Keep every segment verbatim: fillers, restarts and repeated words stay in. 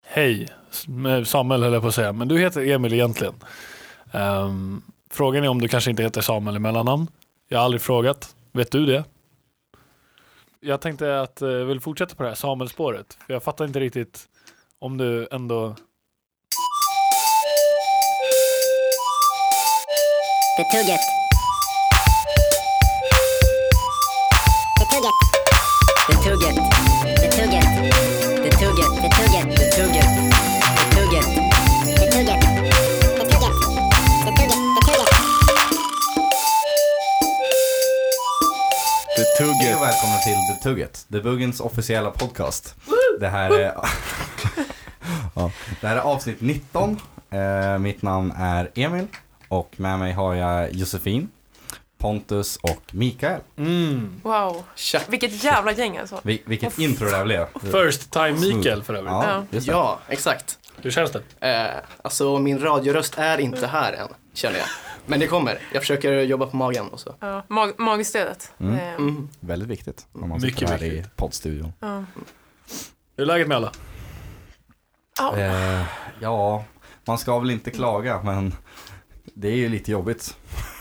Hej, Samuel höll jag på att säga, men du heter Emil egentligen. Um, frågan är om du kanske inte heter Samuel i mellannamn. Jag har aldrig frågat. Vet du det? Jag tänkte att jag uh, vill fortsätta på det här Samuel-spåret. För jag fattar inte riktigt om du ändå... Det tugget. Det tugget. Det tugget. Det tugget. Det tugget. Det tugget. Det tugget. Det tugget. Det tugget. Det tugget. Det tugget. Det tugget. Det tugget. Och välkomna till Det tugget. The Buggens officiella podcast. Det här är ja, det här är avsnitt nitton. Eh, mitt namn är Emil. Och med mig har jag Josefin, Pontus och Mikael. Mm. Wow, Tja. vilket jävla gäng alltså. Vi, vilket oh, intro det här blev. First time Mikael för övrigt. Ja, just det. Ja, exakt. Hur känns det? Eh, alltså min radioröst är inte här än, känner jag. Men det kommer. Jag försöker jobba på magen och så. Ja, mag- magstödet. Mm. Eh, Mm. Väldigt viktigt om man Mycket sitter här viktigt. i poddstudion. ja. Hur är läget med alla? Ja. Eh, ja, man ska väl inte klaga, men det är ju lite jobbigt.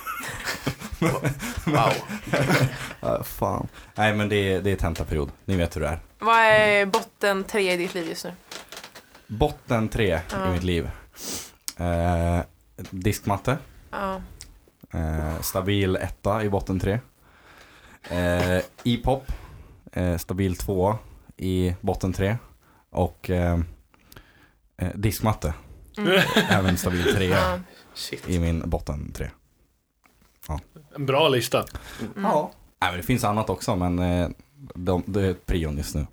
Wow. Ja, fan. Nej, men det är, det är tentaperiod. Ni vet hur det är. Vad är botten tre i ditt liv just nu? Botten tre Ja. i mitt liv. Eh, diskmatte. Ja. Eh, stabil etta i botten tre. Eh, E-pop. Eh, stabil två i botten tre. Och eh, eh, diskmatte. Mm. Även stabil tre Ja. Shit. i min botten tre. En bra lista. Mm. Ja. Nej, men det finns annat också, men eh, de, det är prion just nu.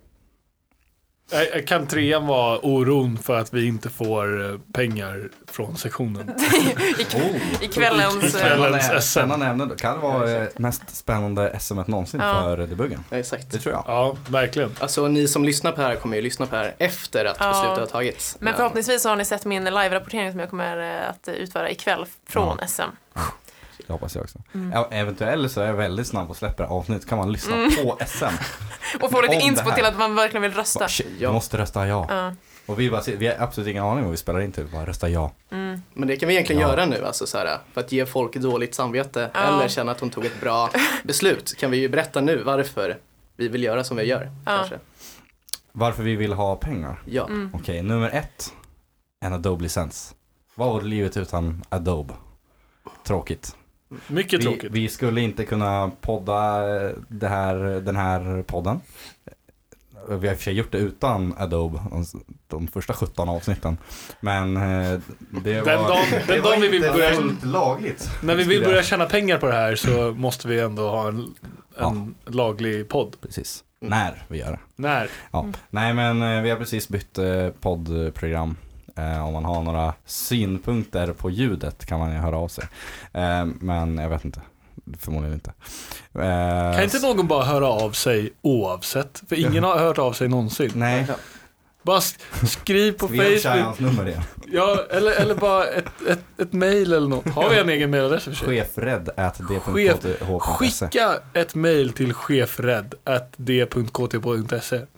Eh, Kan trean vara oron för att vi inte får eh, pengar från sektionen? I, I kvällens... I eh, kvällens S M. Spännande ämne. Det kan vara eh, mest spännande S M någonsin Ja. för debuggen. Ja, exakt. Det tror jag. Ja, verkligen. Alltså ni som lyssnar på det här kommer ju lyssna på det här efter att Ja. beslutet har tagits. Men förhoppningsvis har ni sett min live-rapportering som jag kommer eh, att utföra ikväll från Ja. S M. Det hoppas jag också. Mm. Ja, eventuellt så är jag väldigt snabb och släpper avsnitt. Kan man lyssna Mm. på S M. Och få lite Om det inspo här. till att man verkligen vill rösta. Bara, shit, Ja. jag måste rösta ja. Ja. Och vi, bara, vi har absolut ingen aning vad vi spelar in till. Bara rösta ja. Mm. Men det kan vi egentligen Ja. göra nu, alltså, så här, för att ge folk dåligt samvete Ja. eller känna att de tog ett bra beslut. Kan vi ju berätta nu varför vi vill göra som vi gör. Ja. Kanske. Varför vi vill ha pengar. Ja. Mm. Okej, nummer ett. En Adobe-licens. Vad vore livet utan Adobe? Tråkigt. Mycket Vi, tråkigt. vi skulle inte kunna podda det här, den här podden. Vi har i och för sig gjort det utan Adobe de, de första sjutton avsnitten. Men eh, det var, Den dagen- den det var dagen vi vill inte börja- fullt lagligt. När vi vill Skulle börja jag- tjäna pengar på det här så måste vi ändå ha en, en laglig podd. Precis. Mm. När vi gör det. När? Ja. Mm. Nej, men eh, vi har precis bytt eh, poddprogram. Eh, om man har några synpunkter på ljudet kan man ju höra av sig. Eh, men jag vet inte. Förmodligen inte. Eh, Kan inte någon bara höra av sig oavsett? För ingen har hört av sig någonsin. Nej. Bara sk- skriv på Vi har Facebook. Cheyans nummer igen. Ja, eller, eller bara ett, ett, ett mail eller något. Har vi en egen mailadress i och för sig? Chefred at d punkt Chef- k t h punkt s e. Skicka ett mail till chefred at d punkt k t punkt s e.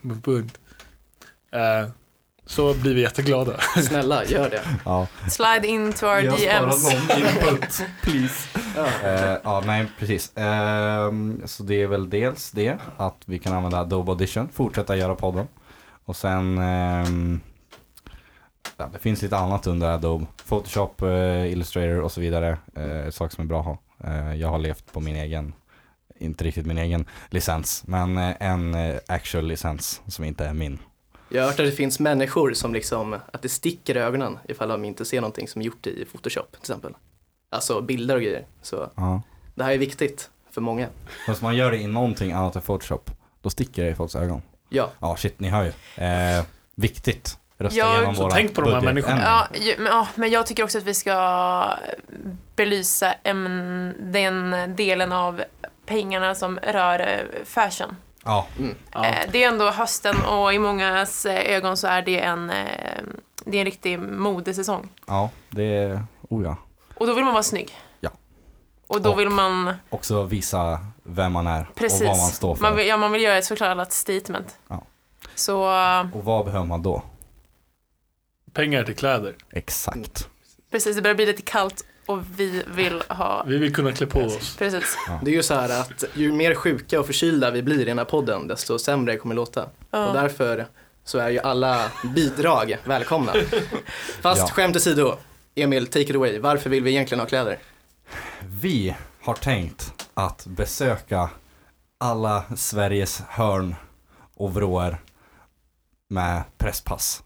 Eh, Så blir vi jätteglada. Snälla, gör det. Ja. Slide in to our D Ms. någon input, please. Ja. Eh, ja, nej, precis. Ehm, så det är väl dels det, att vi kan använda Adobe Audition, fortsätta göra podden. Och sen, ehm, ja, det finns lite annat under Adobe. Photoshop, eh, Illustrator och så vidare. Eh, saker som är bra att ha. Eh, jag har levt på min egen, inte riktigt min egen licens, men eh, en eh, actual licens som inte är min. Jag har hört att det finns människor som liksom, att det sticker i ögonen ifall de inte ser någonting som gjort i Photoshop till exempel. Alltså bilder och grejer. Så Ja. det här är viktigt för många. Fast man gör det i någonting annat än Photoshop, då sticker det i folks ögon. Ja, Ja, shit, ni hör ju. Eh, viktigt. Rösta Ja, igenom så våra tänk på de här budgetändringar. Ja, ju- men, ja, men jag tycker också att vi ska belysa ämn, den delen av pengarna som rör eh, fashion. Ja, mm. Ja. Eh, Det är ändå hösten och i mångas eh, ögon så är det en, eh, det är en riktig modesäsong. ja, det är, oh ja. Och då vill man vara snygg. Ja. Och då Och vill man, Också visa vem man är precis, och vad man står för. man vill, ja, man vill göra ett så kallat statement. Ja. Så, Och vad behöver man då? Pengar till kläder. Exakt. Precis, det börjar bli lite kallt och vi vill ha... Vi vill kunna klä på oss. Precis. Det är ju så här att ju mer sjuka och förkylda vi blir i den här podden, desto sämre kommer det låta. Ja. Och därför så är ju alla bidrag välkomna. Fast Ja. skämt åsido, Emil, take it away. Varför vill vi egentligen ha kläder? Vi har tänkt att besöka alla Sveriges hörn och vrår med presspass.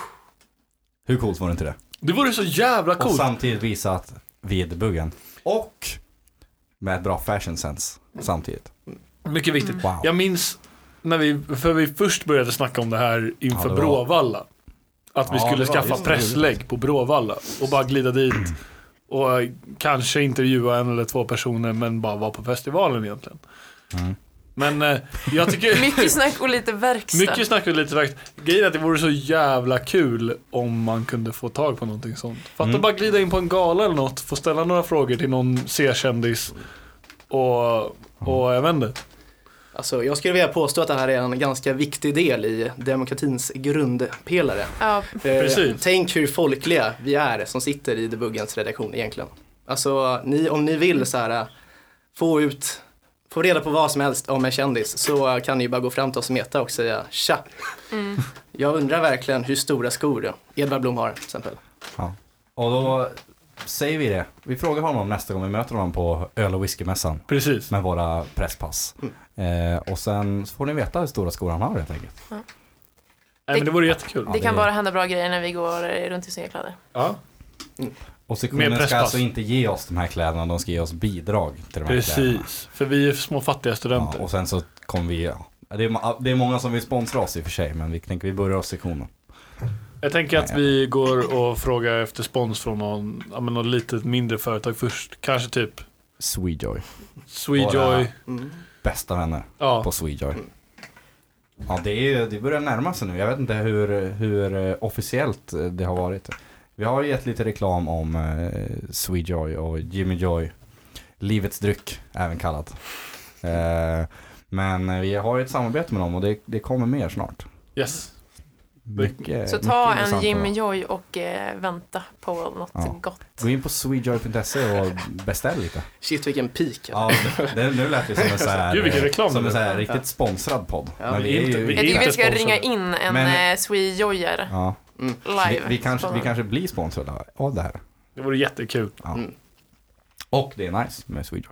Hur coolt var det inte det? Det vore så jävla Och coolt. samtidigt visa att vi är debuggen. Och med ett bra fashion sense samtidigt. Mycket viktigt. Wow. Jag minns när vi, för vi först började snacka om det här inför Ja, det var- Bråvalla. Att vi Ja, skulle det var skaffa just det. presslägg på Bråvalla och bara glida dit och kanske intervjua en eller två personer men bara vara på festivalen egentligen. Mm. Men eh, jag tycker... Mycket snack och lite verkstad. Mycket snack och lite verkligt. Grejen är att det vore så jävla kul om man kunde få tag på någonting sånt. För att Mm. bara glida in på en gala eller något, få ställa några frågor till någon C-kändis och, och jag vet inte. Alltså, jag skulle vilja påstå att det här är en ganska viktig del i demokratins grundpelare. Ja, Eh, Precis. Tänk hur folkliga vi är som sitter i debuggens redaktion egentligen. Alltså, ni, om ni vill så här, få ut, få reda på vad som helst om en kändis så kan ni bara gå fram till oss som Meta och säga tja. mm. Jag undrar verkligen hur stora skor Edvard Blom har till exempel. Ja. Och då säger vi det. Vi frågar honom nästa gång vi möter honom på öl- och whiskymässan Precis. med våra presspass. Eh, och sen får ni veta hur stora skor han har helt enkelt. Nej, men det vore jättekul. Ja, det kan det- bara hända bra grejer när vi går runt i snygga kläder. Ja. Och Mer sektionen ska presspass. alltså inte ge oss de här kläderna, de ska ge oss bidrag till de här kläderna. Precis. För vi är små fattiga Ja, studenter. och sen så kommer vi, ja, det, är, ma- det är många som vill sponsra oss i och för sig, men vi tänker vi börjar hos sektionen. Jag tänker att vi går och frågar efter spons från någon, ja, men något litet mindre företag först. Kanske typ Swejoy, Swejoy. Mm. bästa vänner Ja. på Swejoy. Ja, det, är, det börjar närma sig nu. Jag vet inte hur, hur eh, officiellt eh, det har varit. Vi har gett lite reklam om eh, Swejoy och Jimmy Joy. Livets dryck, även kallat. Eh, men eh, vi har ju ett samarbete med dem och det, det kommer mer snart. Yes. Mycket, Så mycket ta en intressant Jimmy att- Joy och eh, vänta på något Ja. gott. Gå in på swejoy punkt se och beställ lite. Shit vilken peak. Ja, det, nu lät vi som en så här, Gud, vilken reklam som det en så här är. riktigt sponsrad podd. Ja, men vi vi är inte- ju, vi Jag tycker inte vi ska sponsrade. ringa in en Men- eh, Swejoyare ja, Mm. live. vi, vi, kanske, vi kanske blir sponsrade av det här. Det vore jättekul. Ja. Mm. Och det är nice med Swejoy.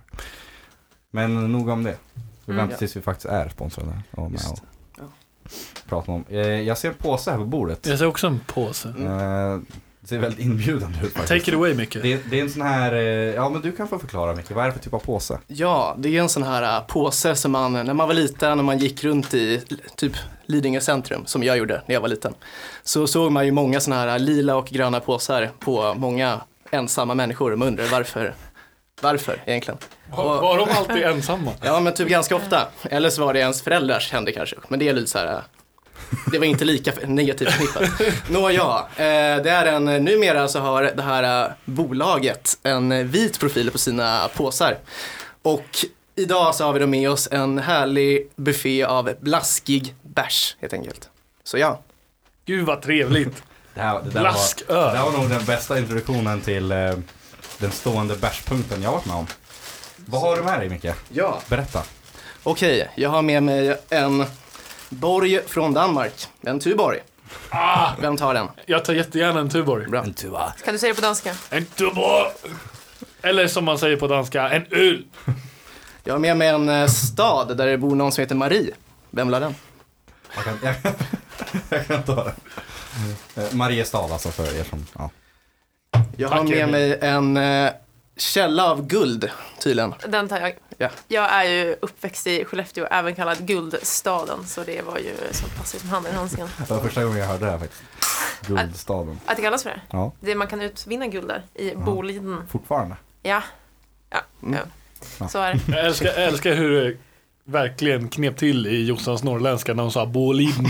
Men nog om det. Vi Mm. väntar tills vi faktiskt är sponsrade. Och med Just och det. prata om. Eh, jag ser en påse här på bordet. Jag ser också en påse. Eh, det ser väldigt inbjudande ut faktiskt. Take it away, Micke. Det, det är en sån här, eh, ja men du kan få förklara mycket. Vad är det för typ av påse? Ja, det är en sån här äh, påse som man, när man var liten och man gick runt i l- typ Lidingö centrum, som jag gjorde när jag var liten, så såg man ju många såna här äh, lila och gröna påsar på många ensamma människor och man undrar varför, varför egentligen? Var, var de alltid ensamma? Ja, men typ ganska ofta. Eller så var det ens föräldrars hände kanske. Men det är lite så här. äh, Det var inte lika negativt förknippat. Nåja, eh, det är en, numera så har det här äh, bolaget en eh, vit profil på sina påsar. Och idag så har vi då med oss en härlig buffé av blaskig bärs helt enkelt. Så ja, Gud vad trevligt. Det här, det där var, Blasköl. det här var nog den bästa introduktionen till eh, den stående bärspunkten jag har varit med om. Vad har du med dig Micke? ja. Berätta. Okej, jag har med mig en Borg från Danmark. En Tuborg. Ah, Vem tar den? jag tar jättegärna en Tuborg. Bra. En tuva. Kan du säga det på danska? En Tuborg! Eller som man säger på danska, en öl. Jag har med mig en eh, stad där det bor någon som heter Marie. Vem vill ha den? Jag kan, jag, jag kan ta det. Eh, Mariestad alltså för er som, ja. Jag har Tack, med Emil. mig en eh, källa av guld, tydligen. Den tar jag. Ja. Jag är ju uppväxt i Skellefteå, även kallad Guldstaden, så det var ju som passade som handen i handsken. Det var första gången jag hörde det här faktiskt. Guldstaden. Att det kallas för det? Ja, Det man kan utvinna guld där, i Boliden. fortfarande. Ja. Ja, Mm. ja. Så är det. Jag älskar, jag älskar hur det verkligen knep till i Jossans norrländska när hon sa Boliden.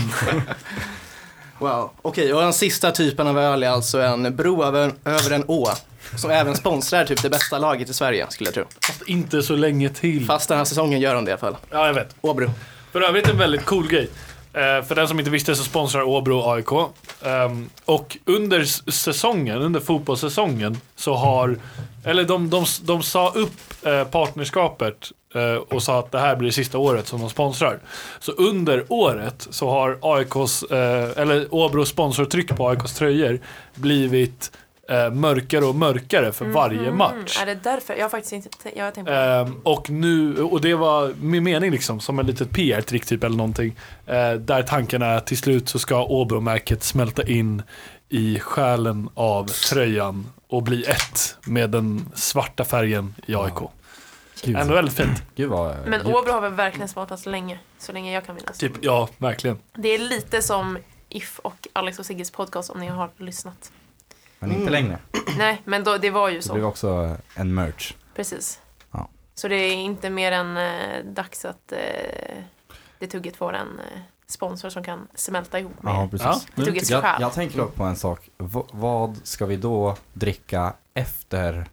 Wow. Okej, och den sista typen av öl är alltså en bro över, över en å. Som även sponsrar typ det bästa laget i Sverige, skulle jag tro. Fast inte så länge till. Fast den här säsongen gör de det i alla fall. Ja, jag vet. Åbro. För övrigt en väldigt cool grej. Eh, för den som inte visste så sponsrar Åbro A I K. Um, och under s- säsongen, under fotbollssäsongen så har, eller de, de, de sa upp eh, partnerskapet eh, och sa att det här blir det sista året som de sponsrar. Så under året så har A I K:s, eh, eller Åbros sponsortryck på A I K:s tröjor blivit eh, mörkare och mörkare för varje match. Är det därför? Jag har faktiskt inte t- jag har tänkt på det. Ehm, och nu, och det var min mening liksom, som en litet P R-trick typ eller någonting. Eh, där tanken är att till slut så ska Åbro-märket smälta in i själen av tröjan och bli ett med den svarta färgen i A I K. Gud, Ändå väldigt fint. Gud vad... Men djupt. Åbro har väl verkligen sponsrat länge, så länge jag kan minnas. Typ, ja, verkligen. Det är lite som If och Alex och Sigges podcast om ni har lyssnat. Men inte längre. Nej, men då, det var ju Det så. blev också en merch. Precis. Ja. Så det är inte mer än eh, dags att eh, det tugget får en eh, sponsor som kan smälta ihop med Ja, precis. Ja, det tuggets Jag, själ. jag tänker dock på en sak. V- vad ska vi då dricka efter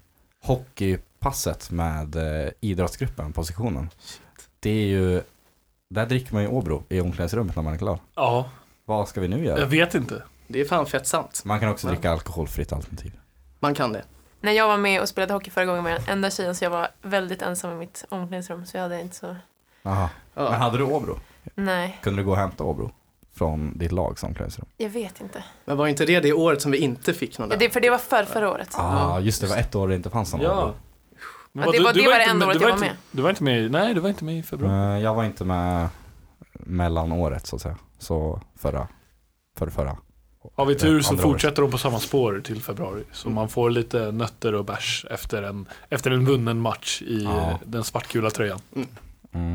hockeypasset med eh, idrottsgruppen på sektionen? Det är ju... Där dricker man ju Åbro i omklädningsrummet när man är klar. Ja, Vad ska vi nu göra? jag vet inte. Det är fan fett sant. Man kan också dricka alkoholfritt alternativ. Man kan det. När jag var med och spelade hockey förra gången var jag den enda tjejen, så jag var väldigt ensam i mitt omklädningsrum, så jag hade inte så... Aha. Ja. Men hade du Åbro? Nej, Kunde du gå och hämta Åbro från ditt lags omklädningsrum? jag vet inte. Men var inte det det året som vi inte fick någon Ja, där? det, för det var för förra året. Ah, just det, var ett år det inte fanns någon Ja. Åbro. Men Ja, vad, det var- det var det inte enda med- året du jag var inte- med. Du var inte med i, nej, du var inte med i februari. Eh, Jag var inte med mellan året så att säga. Så förra, för förra. Har vi tur så andra fortsätter de på samma spår till februari. Så man får lite nötter och bärs efter en, efter en vunnen match i Ja. eh, den svartgula tröjan. Mm.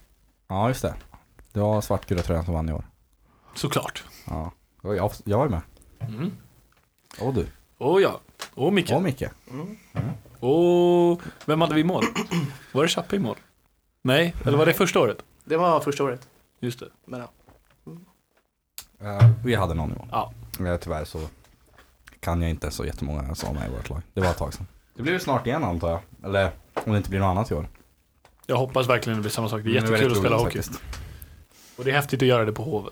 Ja, just det. Det var svartgula tröjan som vann i år. Såklart. Ja. Och Jag, jag var med. Mm. Och du. Och ja. Och Micke. Och Micke. Och vem hade vi i mål? Var det Chappe i mål? Nej, eller var det första året? Det var första året. Just det. Men ja. Eh, vi hade någon i år. Ja. Eh, tyvärr så kan jag inte så jättemånga sådana i vårt lag. Det var ett tag sedan. Det blir ju snart igen antar jag. Eller om det inte blir något annat i år. Jag hoppas verkligen det blir samma sak. Det är Men jättekul väldigt att spela roligt hockey. faktiskt. Och det är häftigt att göra det på Hovet.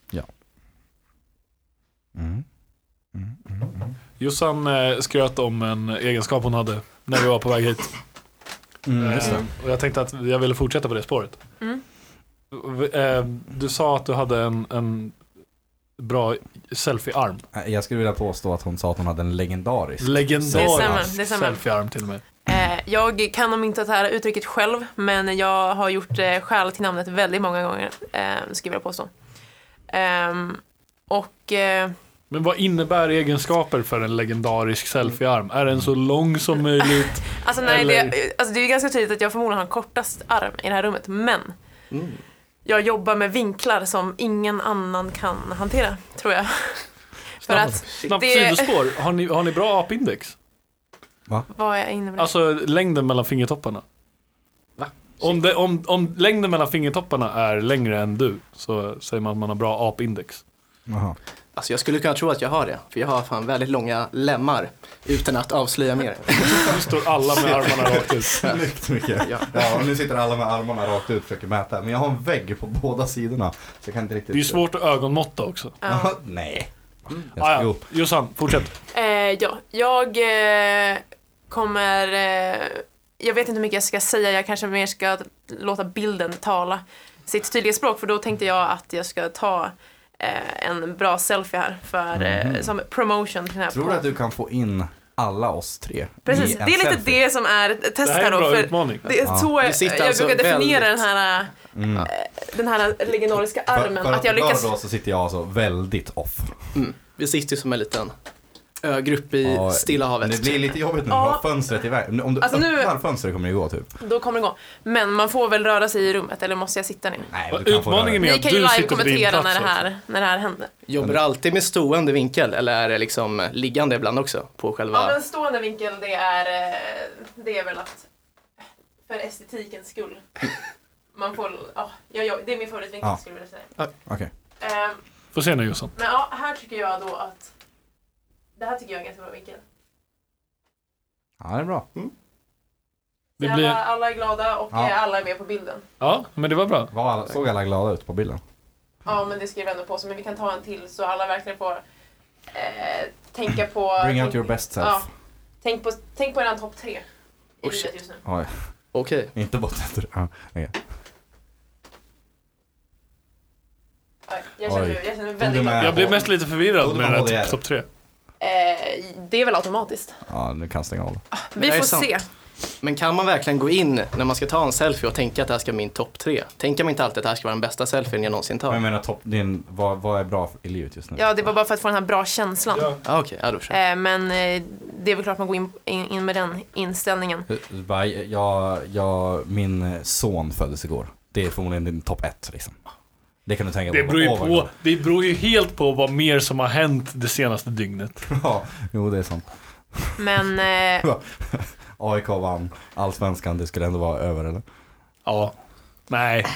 Mm. Mm, mm, mm. Jossan eh, skröt om en egenskap hon hade när vi var på väg hit. Mm, just det. Eh, och jag tänkte att jag ville fortsätta på det spåret. Mm. Eh, du sa att du hade en, en bra selfie-arm. Eh, Jag skulle vilja påstå att hon sa att hon hade en legendarisk. Det Legendarisk stämmer, det stämmer. selfie-arm till och med. Eh, jag kan om inte det här uttrycket själv, men jag har gjort eh, skäl till namnet väldigt många gånger, eh, skulle jag påstå. Ehm, och eh, Men vad innebär egenskaper för en legendarisk selfie-arm? Är den så lång som möjligt? alltså, nej, Eller- det, alltså det är ju ganska tydligt att jag förmodligen har kortast arm i det här rummet, men Mm. jag jobbar med vinklar som ingen annan kan hantera, tror jag. För att Snabbt det, sidospår. Har ni, har ni bra apindex? vad är jag inne med? Alltså längden mellan fingertopparna. Va? Om, det, om, om längden mellan fingertopparna är längre än du så säger man att man har bra apindex. Jaha. Alltså jag skulle kunna tro att jag har det. För jag har fan väldigt långa lemmar. Utan att avslöja mer. Nu står alla med armarna rakt ut. Snyggt mycket. Ja. Ja, och nu sitter alla med armarna rakt ut och försöker mäta. Men jag har en vägg på båda sidorna. Så jag kan inte riktigt... Det är ju svårt att ögonmåtta också. Ja. Ja, nej. Jag ska Ah, gå ja. upp. Jossan, fortsätt. Eh, ja, jag eh, kommer... Eh, jag vet inte hur mycket jag ska säga. Jag kanske mer ska låta bilden tala sitt tydliga språk. För då tänkte jag att jag ska ta eh, en bra selfie här för, eh, Mhm. som promotion till den här. Tror du på- att du kan få in alla oss tre? Precis, i det en är lite selfie? det som är testet Det här är här en då. bra För utmaning. det är Ja. så Vi sitter jag alltså brukar definiera väldigt- den här, Mm. eh, den här legendariska För, armen. för att jag lyckas... då så sitter jag alltså väldigt off. Mm. Vi sitter ju som en liten ögrupp i Ja, Stilla havet. Det blir lite jobbigt nu. Ja. Du har fönstret i vägen. Om du Alltså nu- öppnar fönstret kommer det gå typ. Då kommer det gå. Men man får väl röra sig i rummet, eller måste jag sitta ner? Nej, Och du kan få utmaningen röra är Ni att kan ju du live sitter på din kommentera plats när det, också. här, när det här händer. Jobbar du alltid med stående vinkel eller är det liksom liggande ibland också på själva... Ja, men stående vinkel, det är, eh, det är väl att för estetikens skull. Man får, ja, jag, jag, det är min favoritvinkel Ja. skulle jag vilja säga. Okej. Ehm, Får se nu Jossan. men ja, här tycker jag då att det här tycker jag är en ganska bra vinkel. Ja, det är bra. Det Så blir... alla, alla är glada och Ja. eh, alla är med på bilden. Ja, men det var bra. Var alla, såg alla glada ut på bilden? Ja, men det skriver jag ändå på sig. Men vi kan ta en till så alla verkligen får eh, tänka på... Bring tänk, out your best self. Ja, tänk på, tänk på eran topp tre i Oh, livet shit. just nu. Oj, Okej. inte botten. Ja, okej. Ja, jag känner mig, Oj. jag känner mig Tog väldigt du med- glad. Jag blev mest lite förvirrad Tog du med med den H D R? här topp tre. Eh, det är väl automatiskt. Ja, nu kan jag stänga av det. Vi det är får sant. se. Men kan man verkligen gå in när man ska ta en selfie och tänka att det här ska vara min topp tre? Tänker man inte alltid att det här ska vara den bästa selfien jag någonsin tar? Men jag menar, topp, din, vad, vad är bra i livet just nu? Ja, det var bara för att få den här bra känslan. Ja. Ah, Okej, ja då förstår jag. Eh, men eh, det är väl klart man går in, in, in med den inställningen. Bara, Jag, jag, min son föddes igår. Det är förmodligen din topp ett liksom. Det kan du tänka Det på. beror, ju Åh, vad på, bra. det beror ju helt på vad mer som har hänt det senaste dygnet. Ja, jo det är sant. Men eh, A I K vann allsvenskan, det skulle ändå vara över eller? Ja. Nej.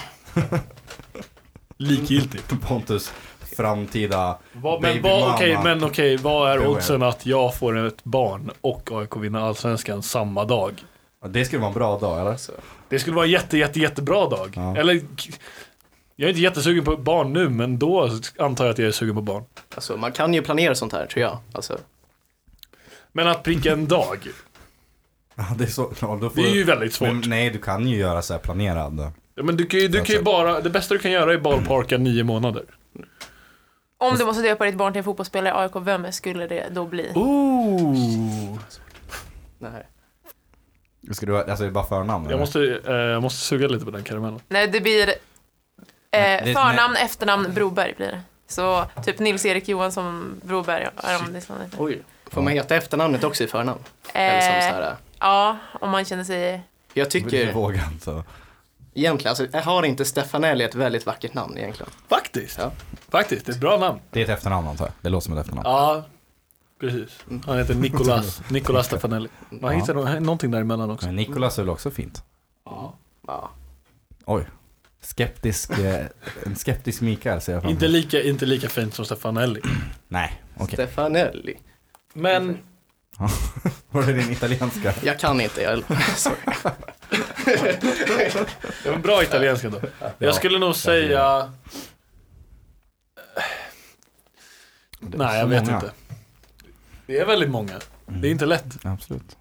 Likgiltigt. Pontus framtida Vad, men baby vad, mama. okej, men okej, vad är Jo, oddsen att jag får ett barn och A I K vinner allsvenskan samma dag? Ja, det skulle vara en bra dag eller? Det skulle vara en jätte, jätte, jättebra dag. Ja. Eller, jag är inte jättesugen på barn nu, men då antar jag att jag är sugen på barn. Alltså, man kan ju planera sånt här, tror jag. Alltså, Men att pricka en dag, Ja, det är så, ja, då får det är du- ju väldigt svårt. Men nej, du kan ju göra så här planerad. Ja, men du kan ju, du kan ju bara, det bästa du kan göra är ballparka nio månader. om du måste döpa ditt barn till en fotbollsspelare i A I K, vem skulle det då bli? Ooh. nej. Ska du, alltså det är bara förnamn? Jag eller? måste, eh, jag måste suga lite på den karamellen. Nej, det blir eh, det- förnamn, efternamn, Broberg blir det. Så typ Nils-Erik Johansson Broberg. Ja, om det är så det heter. Oj. Får man heta efternamnet också i förnamn? Eh, Eller som så här, Ja, om man känner sig... jag Du tycker vågar inte. egentligen, alltså, jag har inte Stefanelli ett väldigt vackert namn egentligen. Faktiskt. Ja. Faktiskt, det är ett bra namn. Det är ett efternamn antar jag. Det låter som ett efternamn. Ja, precis. Han heter Nicolas, Nicolas Stefanelli. Man Ja. hittar nå- någonting däremellan också. Men Nicolas är väl också fint? Ja. Ja. Oj. Skeptisk, eh, en skeptisk Mikael ser jag fram Inte emot. lika, inte lika fint som Stefanelli. Nej, okej. Stefanelli. Men Var det din italienska? Jag kan inte, jag sorry. det var en bra italienska då. Jag skulle nog säga... Det är Nej, så jag vet många. inte. Det är väldigt många. Det är inte lätt. Absolut.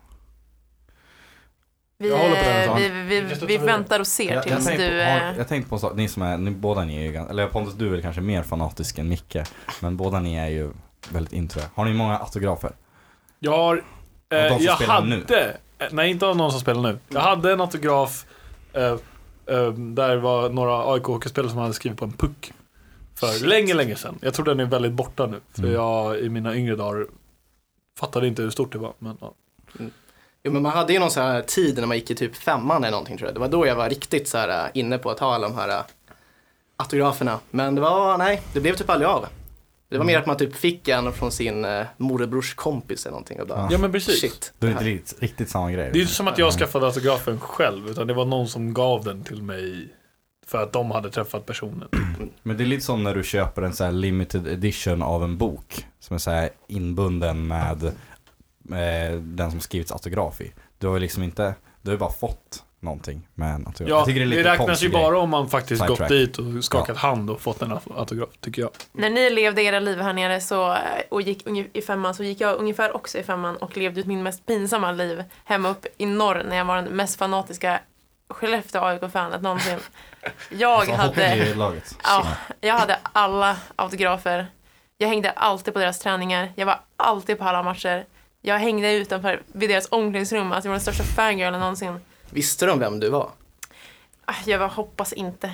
Vi, Jag håller på den eh, saken. vi, vi, Vi kan vi, stötta vi vidare. väntar och ser Jag, jag, tills tänkte du... på, har, eh, jag tänkte på så, ni som är, ni, båda ni är ju, gan- eller Pontus du är väl kanske mer fanatisk än Micke, men båda ni är ju väldigt intro. Har ni många autografer? Jag har... Av de Eh, som jag spelar hade... nu? eh, Nej, inte av någon som spelar nu. Jag hade en autograf eh, eh, där var några A I K-hockeyspelare som hade skrivit på en puck. För länge, länge sedan. Jag tror den är väldigt borta nu. För Mm. jag i mina yngre dagar fattade inte hur stort det var. Men, ja. Jo, men man hade ju någon så här tid när man gick i typ femman eller någonting tror jag. Det var då jag var riktigt så här äh, inne på att ta alla de här äh, autograferna. Men det var, nej, det blev typ aldrig av. Det var mer att man typ fick en från sin äh, morbrors kompis eller någonting och bara, ja, men precis. shit. Då är det inte riktigt, riktigt samma grej. Det är inte som att jag skaffade autografen själv, utan det var någon som gav den till mig för att de hade träffat personen. Men det är lite som när du köper en så här limited edition av en bok som är så här inbunden med eh, den som skrivits autograf i. Du har ju liksom inte, du har ju bara fått någonting med en autograf. Ja, Jag tycker det, är lite räknas konstig ju grej. bara om man faktiskt gått Sidetrack. dit och skakat hand och fått en autograf, tycker jag. När ni levde era liv här nere så, och gick unge- i femman så gick jag ungefär också i femman och levde ut min mest pinsamma liv hemma upp i norr när jag var den mest fanatiska Skellefteå A I K-fanet någonsin. Jag Alltså, hockeyn hade, i laget. ja, jag hade alla autografer. Jag hängde alltid på deras träningar. Jag var alltid på alla matcher. Jag hängde utanför vid deras omklädningsrum. Alltså jag var den största fangirlen någonsin. Visste de vem du var? Ah, Jag var, hoppas inte.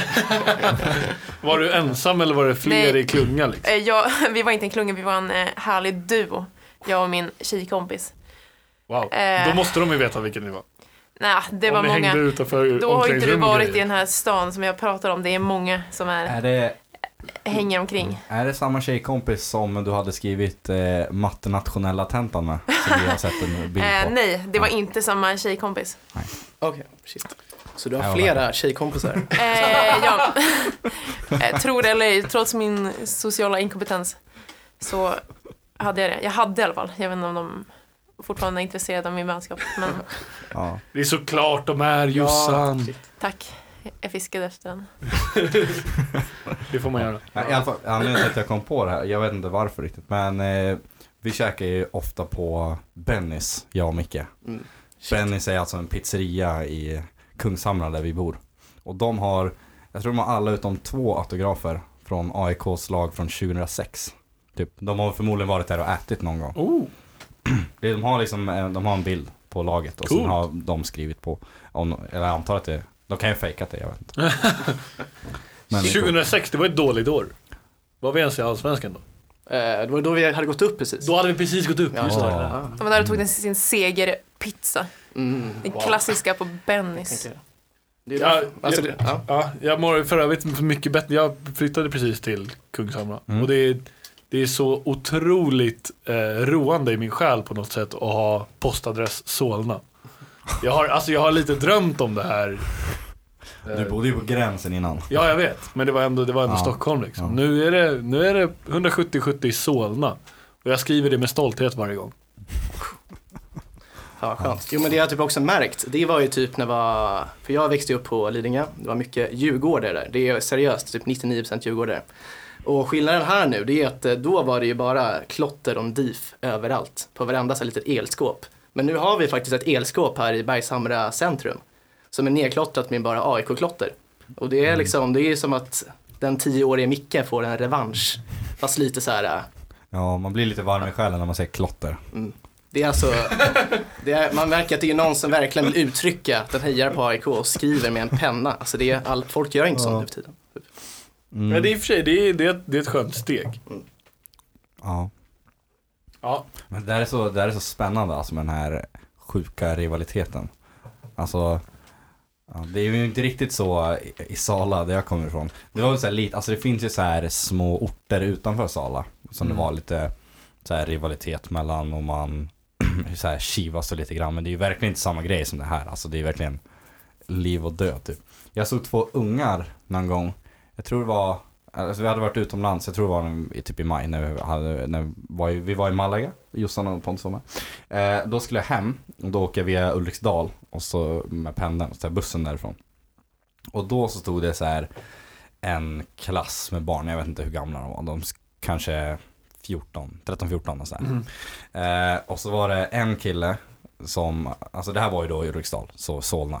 Var du ensam eller var det fler Nej. i klunga liksom? Eh, Jag, vi var inte en klunga, vi var en eh, härlig duo. Jag och min tjejkompis. Wow. Eh. Då måste de ju veta vilken ni var. Nej, det var Om ni många. hängde utanför Då har inte du omklädningsrum och varit i grejer. den här stan som jag pratar om. Det är många som är, Är det, hänger omkring. är det samma tjejkompis som du hade skrivit eh, mattenationella tentan med? Som vi har sett en bild Eh, på. nej, det var inte samma tjejkompis. Okej, shit. Så du Ja, har flera tjejkompisar? Eh, ja. eh, tror det eller ej, trots min sociala inkompetens så hade jag det. Jag hade i alla fall. Jag vet inte om de fortfarande är intresserade av min vänskap. Men Ja. Det är såklart de är, Jossan. tack. Jag fiskade efter den. Det Det får man göra. Nej, i alla fall, anledningen till att jag kom på det här, jag vet inte varför riktigt, men eh, vi käkar ju ofta på Bennys, jag och Micke. Mm. Bennys är alltså en pizzeria i Kungshamra där vi bor. Och de har, jag tror de har alla utom två autografer från A I K:s lag från tjugohundrasex. Typ. De har förmodligen varit där och ätit någon gång. Oh. De har liksom, de har en bild på laget och Cool. sen har de skrivit på, om, eller jag antar att det, de kan ju fejka det, jag vet inte. Men det är tjugohundrasex, det var ett dåligt år. Var vi ens i Allsvenskan då? Eh, det var då vi hade gått upp precis. Då hade vi precis gått upp. Ja. Just det. Ja. De var där och tog den sin segerpizza. Mm. Den klassiska på Bennys. Tänker jag. Det är Ja, därför- alltså, jag, det, ja. ja, jag mår för övrigt mycket bättre. Jag flyttade precis till Kungshamra. Mm. Och det är, det är så otroligt eh, roande i min själ på något sätt att ha postadress Solna. Jag har, alltså jag har lite drömt om det här. Du bodde ju på gränsen innan. Ja, jag vet. Men det var ändå, det var ändå Ja. Stockholm liksom. Ja. Nu är det, nu är det hundrasjuttio sjuttio i Solna. Och jag skriver det med stolthet varje gång. Ja, skönt. Jo, men det har jag typ också märkt. Det var ju typ när var, för jag växte upp på Lidingö. Det var mycket djurgårdare där. Det är seriöst, typ nittionio procent djurgårdare. Och skillnaden här nu, det är att då var det ju bara klotter och diff överallt. På varenda så här litet elskåp. Men nu har vi faktiskt ett elskåp här i Bergshamra centrum. Som är nedklottrat med bara A I K-klotter. Och det är liksom, det är som att den tioåriga Micke får en revansch. Fast lite så här. Ja, man blir lite varm i själen när man säger klotter. Mm. Det är alltså, det är, man märker att det är någon som verkligen vill uttrycka att den hejar på A I K och skriver med en penna. Alltså det är all, folk gör inte sånt nu för tiden. Mm. Men det är i och för sig, det är, det är, det är ett skönt steg. Ja. Ja. Men det här är så, det här är så spännande alltså med den här sjuka rivaliteten. Alltså, ja, det är ju inte riktigt så i, i Sala där jag kommer ifrån. Det var väl så här lite, alltså det finns ju så här små orter utanför Sala som Mm. det var lite så här rivalitet mellan och man så här kivas och lite grann, men det är ju verkligen inte samma grej som det här. Alltså det är verkligen liv och död typ. Jag såg två ungar någon gång. Jag tror det var, alltså vi hade varit utomlands, jag tror det var i, typ i maj när vi, hade, när vi, var, i, vi var i Malaga, Jossan och Pontus var med. Eh, då skulle jag hem och då åker jag via Ulriksdal och så med pendeln, så här bussen därifrån. Och då så stod det så här en klass med barn, jag vet inte hur gamla de var, de kanske fjorton, tretton fjorton och så här. Mm. Eh, och så var det en kille som, alltså det här var ju då i Ulriksdal, så Solna.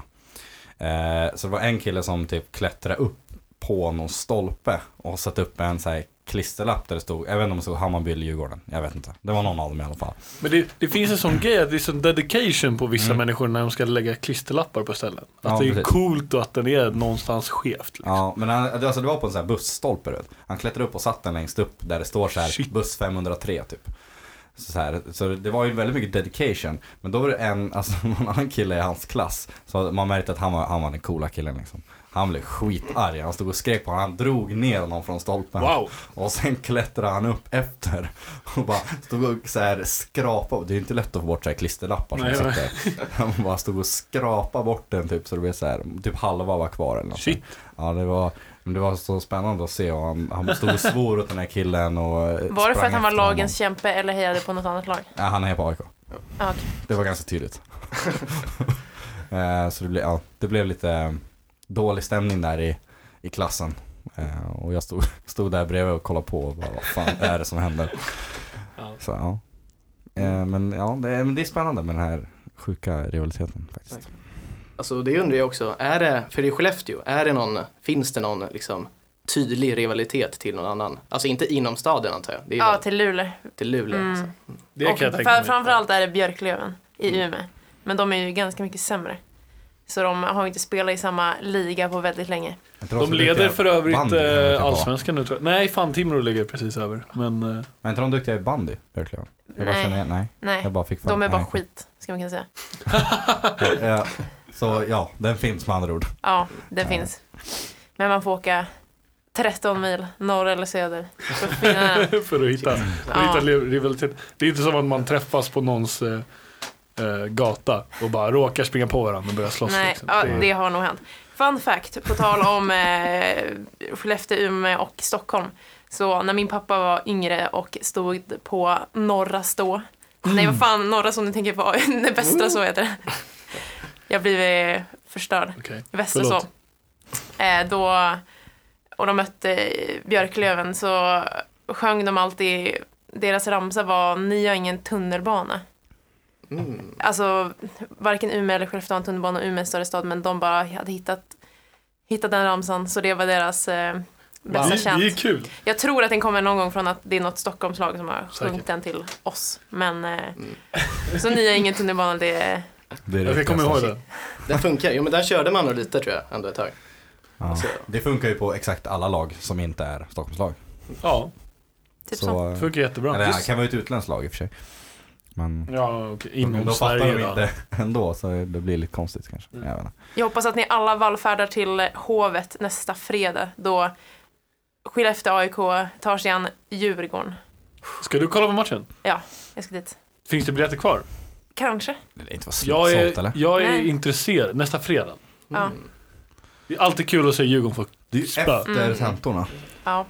Eh, så det var en kille som typ klättrade upp på någon stolpe och satt upp en så här klisterlapp där det stod, jag vet inte om det stod Hammarby eller Djurgården, jag vet inte. Det var någon av dem i alla fall. Men det, det finns en sån grej att det är sån dedication på vissa Mm. människor när de ska lägga klisterlappar på ställen. Att Ja, det är precis. coolt och att den är någonstans skevt. Liksom. Ja, men han, alltså det var på en sån här bussstolpe, vet. Han klättrade upp och satt den längst upp där det står så här Shit. buss femhundratre typ. Så, så, här, så det var ju väldigt mycket dedication. Men då var det en, alltså någon annan kille i hans klass, så man märkte att han var, han var den coola killen liksom. Han blev skitarg, han stod och skrek på honom, han drog ner honom från stolpen. Wow. Och sen klättrade han upp efter och bara stod och så här skrapa. Det är inte lätt att få bort så här klisterlappar som Nej, sitter. Han bara stod och skrapa bort den typ, så det blev så här, typ halva var kvar eller något. Shit. Ja, det var, men det var så spännande att se, och han, han stod och svor åt den här killen och Var det för sprang att han var efter lagens kämpe eller hejade på något annat lag? honom. Ja, han är på A I K. Ah, okay. Det var ganska tydligt. eh, så det blev, ja, det blev lite dålig stämning där i, i klassen. Eh, och jag stod, stod där bredvid och kollade på och bara, vad fan är det som händer? Ja. Så, ja. Eh, men ja, det är, men det är spännande med den här sjuka rivaliteten faktiskt. Alltså det undrar jag också, är det, för i Skellefteå, är det någon, finns det någon liksom tydlig rivalitet till någon annan? Alltså inte inom staden antar jag, det är Ja, väl till Luleå. till Luleå. Mm. Alltså. Det Och kan jag tänka för, mig. framförallt är det Björklöven i Umeå. Men de är ju ganska mycket sämre. Så de har ju inte spelat i samma liga på väldigt länge. Jag tror De också leder duktiga för övrigt bandy, kan jag eh, tycka på. allsvenskan nu tror jag. Nej, fan Timrå ligger precis över. Men eh, Men inte de duktiga i bandy, verkligen? Jag bara Nej. känner, nej. Nej, Jag bara fick de är bara nej. skit, ska man kunna säga. Ja, så ja, den finns med andra ord. Ja, det Ja. finns. Men man får åka tretton mil norr eller söder för att finna den. för att hitta, för att Ja. hitta li- rivalitet. Det är inte som att man träffas på någons eh, eh, gata och bara råkar springa på varandra och börja slåss. Nej, liksom. ja, Det är- det har nog hänt. Fun fact, på tal om eh, Skellefteå, Umeå och Stockholm. Så när min pappa var yngre och stod på Norra Stå. Nej, vad fan, Norra som du tänker på. Det Västra så heter det. Jag blir förstörd. Okej, Västra så. förlåt. Eh, då och de mötte Björklöven så sjöng de alltid, deras ramsa var ni har ingen tunnelbana. Mm. Alltså varken Umeå eller Skellefteå har en tunnelbana, Umeå är en större stad, men de bara hade hittat, hittat den ramsan, så det var deras eh, bästa Det, känt. det är kul. Jag tror att den kommer någon gång från att det är något Stockholmslag som har Säkert. sjungit den till oss, men eh, så ni har ingen tunnelbana, det är Det är Jag ska komma ihåg det. Den funkar. Jo, men där körde man nog lite tror jag ändå ett tag. Ja. Så. Det funkar ju på exakt alla lag som inte är Stockholmslag. Ja, typ så. Så, det funkar jättebra. eller det Just- kan vara ett utländskt lag i och för sig. Men Ja, okej. då Inom fattar Sverige de då. inte ändå, så det blir lite konstigt kanske. Mm. Jag vet inte. Jag hoppas att ni alla vallfärdar till Hovet nästa fredag, då Skellefteå A I K tar sig an Djurgården. Ska du kolla på matchen? Ja, jag ska dit. Finns det biljetter kvar? Kanske. Det är inte vad Jag slutsålt eller? är, jag är Nej. intresserad. Nästa fredag. Ja. Det är alltid kul att se Djurgården få Det är ju spö. efter Mm. tentorna. Ja.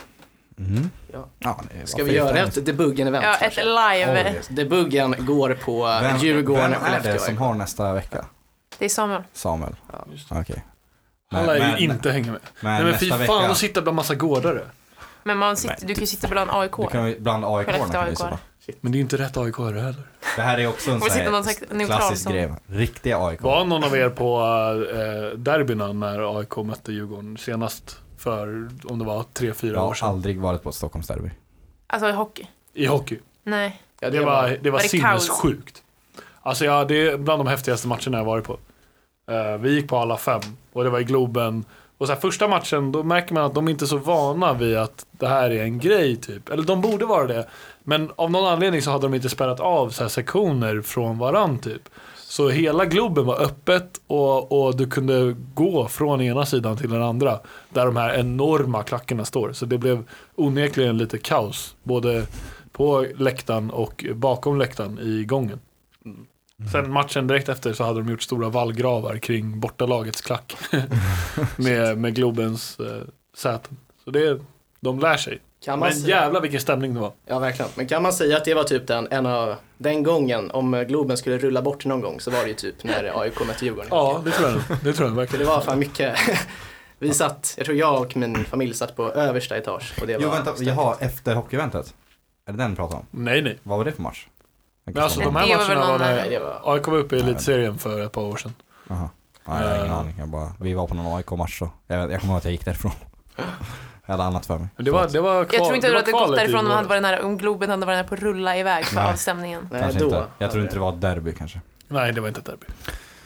Mhm. Ja. Ja, det är- Ska varför vi är det göra tennis? ett debuggen-event? Ja, ett kanske? live. Oj. Debuggen går på Vem, Djurgården vem och är det Skellefteå. som har nästa vecka? Det är Samuel. Samuel? Ja. Okej. Han lär ju inte hänga med. Men, Nej men fy nästa fan vecka, att sitta bland massa gårdare. Men man sitter, Men du kan ju sitta bland A I K. du kan ju bland A I K Skellefteå kan A I vi K. sitta. Men det är ju inte rätt A I K heller. Det här är också en Och sån sitter någon här slags neutral klassisk som- grej. Riktiga A I K. Var någon av er på äh, derbyna när A I K mötte Djurgården senast för, om det var tre, fyra Jag år har sedan? aldrig varit på ett Stockholmsderby. Alltså i hockey. I hockey. Nej. Ja, Det var, det var Var det kaos? sinnessjukt. Alltså ja, det är bland de häftigaste matcherna jag varit på. Eh, vi gick på alla fem och det var i Globen. Och så här, första matchen, då märker man att de inte är så vana vid att det här är en grej typ. Eller de borde vara det. Men av någon anledning så hade de inte spärrat av så här sektioner från varann typ. Så hela Globen var öppet och, och du kunde gå från ena sidan till den andra. Där de här enorma klackarna står. Så det blev onekligen lite kaos. Både på läktaren och bakom läktaren i gången. Sen matchen direkt efter så hade de gjort stora vallgravar kring bortalagets klack. med, med Globens eh, säten. Så det, de lär sig. Kan man Men säga, jävla vilken stämning det var. ja, verkligen. Men kan man säga att det var typ den, en av, den gången, om Globen skulle rulla bort någon gång, så var det ju typ när A I K mötte Djurgården. Ja, det tror jag. Det tror jag För verkligen. det var fan mycket. Vi satt, jag tror jag och min familj satt på översta etage. Och det var Jo vänta, stökigt. jaha, efter hockeyeventet. Är det den du pratar om? Nej, nej. Vad var det för match? Jag Men alltså kan de inte här Det var väl matcherna var någon- Nej, när det var... A I K var uppe i Nej, elitserien för ett par år sedan. Aha. Ja, jag har ingen Eh. aning. Jag bara, vi var på någon A I K-match så. Jag, vet- jag kommer ihåg att jag gick därifrån. Jag hade annat för mig. Men det var, det var kval, Jag tror inte det att var du hade gått kvalet i därifrån om man hade våras. varit nära, om Globen hade varit nära på att rulla iväg för Nej. avstämningen. Nej, Kanske då. inte. Jag tror inte det var ett derby kanske. Nej, det var inte ett derby.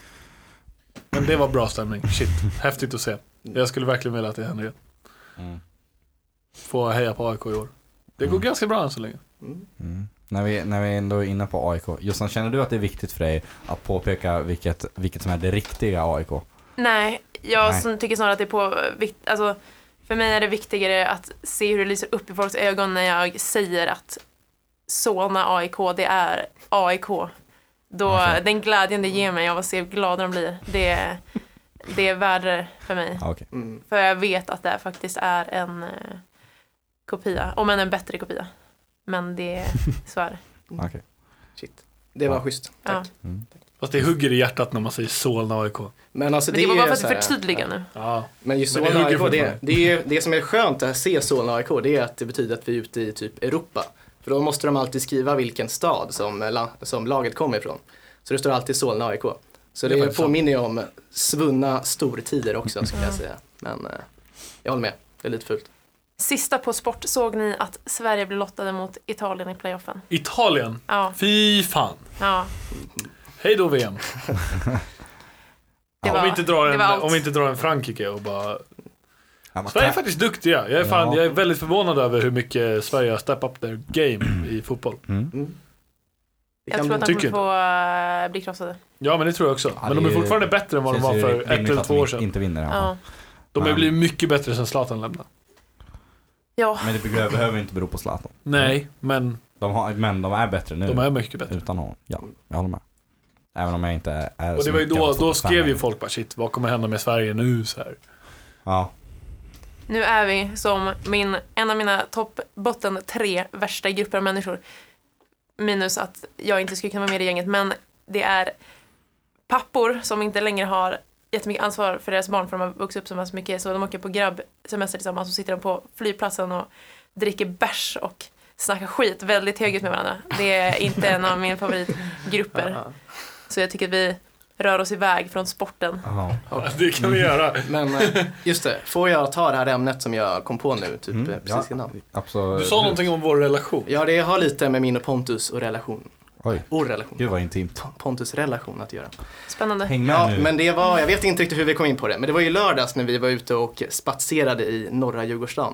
Men det var bra stämning. Shit, häftigt att se. Jag skulle verkligen vilja att det hände igen. Mm. Få heja på A I K i år. Det går Mm. ganska bra än så länge. Mm. Mm. När, vi, när vi ändå är inne på A I K. Jossan, känner du att det är viktigt för dig att påpeka vilket, vilket som är det riktiga A I K? Nej, jag Nej. som tycker snarare att det är på vikt, alltså för mig är det viktigare att se hur det lyser upp i folks ögon när jag säger att Solna A I K, det är A I K. Då, Okej. den glädjen det ger mig av att se hur glada de blir, det, det är värre för mig. Ah, okej. Mm. För jag vet att det faktiskt är en eh, kopia, om än en bättre kopia. Men det, så är det. Okej. Shit. Det var Ja. schysst. Ja. Tack. Mm. Fast det hugger i hjärtat när man säger Solna A I K. Men alltså Men det var bara är för att så här- förtydliga nu. Ja. Men just Men det Solna hugger A I K, det, fortfarande. det, är, det som är skönt att se Solna A I K, det är att det betyder att vi är ute i typ Europa. För då måste de alltid skriva vilken stad som, la, som laget kommer ifrån. Så det står alltid Solna A I K. Så Det är det, faktiskt påminner ju om svunna stortider också, skulle jag säga. Men eh, jag håller med, det är lite fult. Sista På sport, såg ni att Sverige blev lottade mot Italien i playoffen? Italien. Ja, Fy fan. ja. Hej då V M. Det om, var, vi inte drar det en, var allt. om vi inte drar en Frankrike och bara... Ja, man Sverige är kan- faktiskt duktiga. Jag är, fan, Ja. jag är väldigt förvånad över hur mycket Sverige har step up their game i fotboll. Mm. Mm. Det Jag kan tror att bli- de tycker kommer få uh, bli krossade. Ja, men det tror jag också. Ja, men de det är är- fortfarande bättre än vad de Känns var ju för rimligt ett eller att två de år sedan. inte vinner i alla fall. Ja. De har Men- blivit mycket bättre sen Zlatan lämnade. Ja. Men det behöver, behöver inte bero på Zlatan. Nej, men De har, men de är bättre nu. de är mycket bättre. Utan honom. Ja, jag håller med. Även om jag inte är Och det så var ju mycket då, av då fotbollsfan skrev ju längre. folk bara shit, vad kommer hända med Sverige nu så här. Ja. Nu är vi som min, en av mina topp botten tre värsta grupper av människor. Minus att jag inte skulle kunna vara med i gänget. Men det är pappor som inte längre har jättemycket ansvar för deras barn för de har vuxit upp så pass mycket, så de åker på grabbsemester tillsammans och sitter de på flygplatsen och dricker bärs och snackar skit väldigt högt med varandra. Det är inte en av mina favoritgrupper. Så jag tycker att vi rör oss iväg från sporten. Ja. Ja, det kan vi göra. Men eh, just det, får jag ta det här ämnet som jag kom på nu, typ Mm, eh, precis ja, innan? absolut. Du sa någonting om vår relation. Ja, det har lite med min och Pontus och relation. Oj, Och relation. gud vad intimt. Pontus relation att göra. Spännande. Häng med Ja, nu. men det var, jag vet inte riktigt hur vi kom in på det, men det var ju lördags när vi var ute och spatserade i norra Djurgårdsstaden.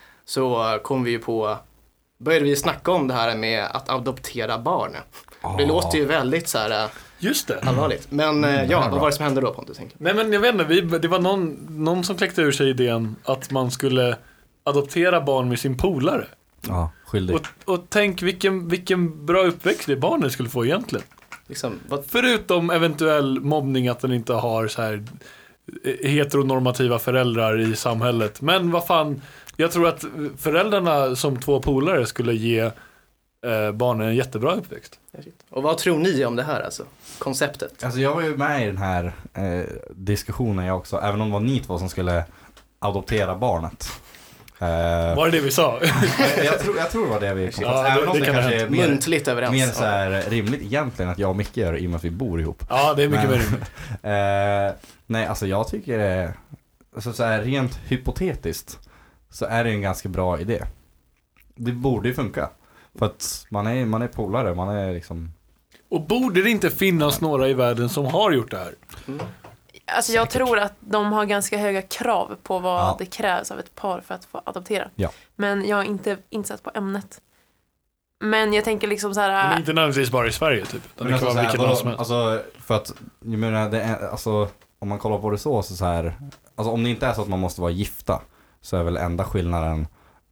Så kom vi ju på, började vi snacka om det här med att adoptera barn. Det Ah. låter ju väldigt så här Just det. allvarligt. Men Mm, eh, det ja, är vad bra. var det som hände då, Pontus? Egentligen? Nej men jag vet inte, vi, det var någon, någon som kläckte ur sig idén att man skulle adoptera barn med sin polare. Ja, skyldig. Och, och tänk vilken, vilken bra uppväxt det barnet skulle få egentligen. Liksom, vad, Förutom eventuell mobbning, att den inte har så här heteronormativa föräldrar i samhället. Men vad fan, jag tror att föräldrarna som två polare skulle ge eh, barnen en jättebra uppväxt. och vad tror ni om det här alltså? Konceptet? Alltså jag var ju med i den här eh, diskussionen jag också, även om det var ni två som skulle adoptera barnet. Eh, Var det det vi sa? jag, jag, tror, jag tror det var det vi kom på. Ja, Även det- om det det, kan kanske ha är mer, Muntligt överens. mer så här rimligt egentligen att jag och Micke gör i och med att vi bor ihop. Ja, det är mycket Men- mer rimligt. Eh, nej, alltså jag tycker det är, alltså så här, rent hypotetiskt så är det en ganska bra idé. Det borde ju funka. För att man är, man är polare, man är liksom... Och borde det inte finnas några i världen som har gjort det här? Alltså jag tror att de har ganska höga krav på vad Ja. det krävs av ett par för att få adoptera. Ja. Men jag har inte insatt på ämnet. Men jag tänker liksom så här. Men inte nödvändigtvis bara i Sverige typ. Utan det Men kan alltså, vara så här, vilken land vadå, som helst. alltså, för att, jag menar, det är, alltså, om man kollar på det så, så, så här, alltså om det inte är så att man måste vara gifta, så är väl enda skillnaden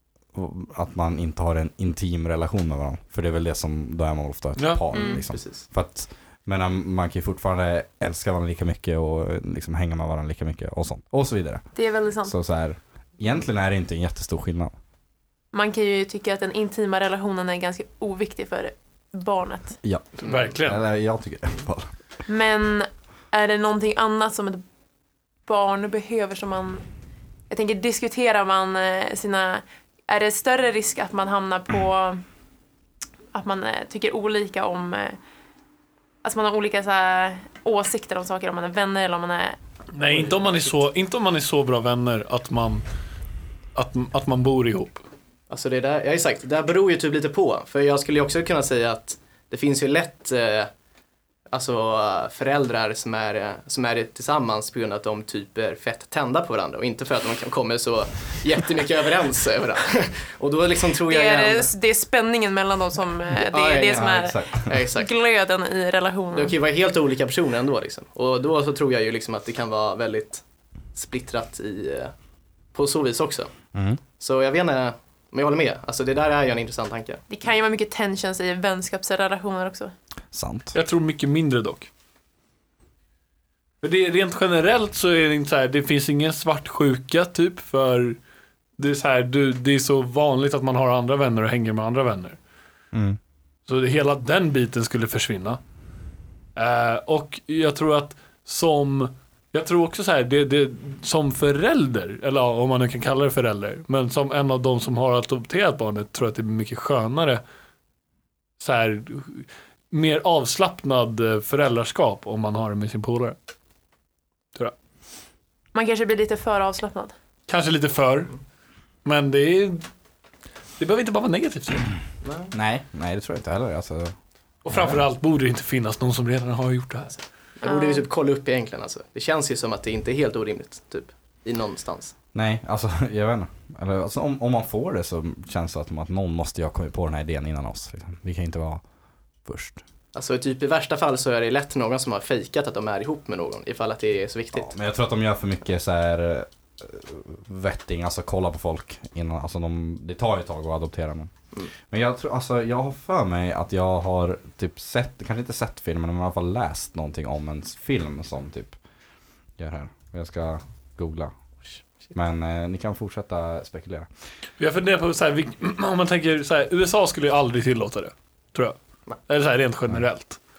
att man inte har en intim relation med varandra. För det är väl det som, då är man ofta ett Ja. par Mm. liksom. Precis. För att, men man kan ju fortfarande älska varandra lika mycket och liksom hänga med varandra lika mycket och sånt. Och så vidare. Det är väldigt sant. Så så här, egentligen är det inte en jättestor skillnad. Man kan ju tycka att den intima relationen är ganska oviktig för barnet. Ja, Verkligen. eller jag tycker det i alla fall. Men är det någonting annat som ett barn behöver som man... Jag tänker, diskuterar man eh, sina... Är det större risk att man hamnar på... Att man eh, tycker olika om... Eh, att man har olika så här, åsikter om saker, om man är vänner eller om man är... Nej, inte om man är så, inte om man är så bra vänner att man, att, att man bor ihop. Alltså det där, ja exakt, det där beror ju typ lite på. För jag skulle ju också kunna säga att det finns ju lätt eh, alltså föräldrar som är, eh, som är tillsammans på grund av att de typ är fett tända på varandra och inte för att de kan komma så jättemycket överens över varandra. Och då liksom tror Det jag är, igen, det är spänningen mellan dem som... eh, Det är Ja, ja, det ja, som Ja, är exakt. ja, exakt. glöden i Det relationen. kan ju vara helt olika personer ändå liksom. Och då så tror jag ju liksom att det kan vara väldigt splittrat i, eh, på så vis också. Mm. Så jag vet inte, men jag håller med. Alltså det där är ju en intressant tanke. Det kan ju vara mycket tensions i vänskapsrelationer också. Sant. Jag tror mycket mindre dock. För det är, rent generellt så är det inte så här, det finns ingen svartsjuka typ, för det är så här, du, det är så vanligt att man har andra vänner och hänger med andra vänner. Mm. Så det, hela den biten skulle försvinna. Eh, och jag tror att som, jag tror också så här, det, det, som förälder, eller ja, om man nu kan kalla det förälder, men som en av de som har adopterat barnet, tror jag att det blir mycket skönare, så här, mer avslappnad eh, föräldraskap om man har det med sin polare. Man kanske blir lite för avslappnad. Kanske lite för, men det är, det behöver inte bara vara negativt. Nej, nej det tror jag inte heller. Alltså, Och framförallt borde det inte finnas någon som redan har gjort det här. Det borde vi typ kolla upp egentligen alltså. Det känns ju som att det inte är helt orimligt, typ. I någonstans. nej, alltså jag vet inte. Eller, alltså, om, om man får det så känns det som att någon måste ju ha kommit på den här idén innan oss. Liksom. Vi kan inte vara först. Alltså typ i värsta fall så är det lätt någon som har fejkat att de är ihop med någon, ifall att det är så viktigt. Ja, men jag tror att de gör för mycket så här eh, vetting, alltså kolla på folk innan, alltså de, det tar ju ett tag att adoptera dem. Mm. Men jag tror, alltså jag har för mig att jag har typ sett, kanske inte sett filmen, men i alla fall läst någonting om en film som typ gör här. Jag ska googla. Men eh, ni kan fortsätta spekulera. Jag funderar på så här, vi- om man tänker så här, U S A skulle ju aldrig tillåta det, tror jag. Nej. Eller så här, rent generellt.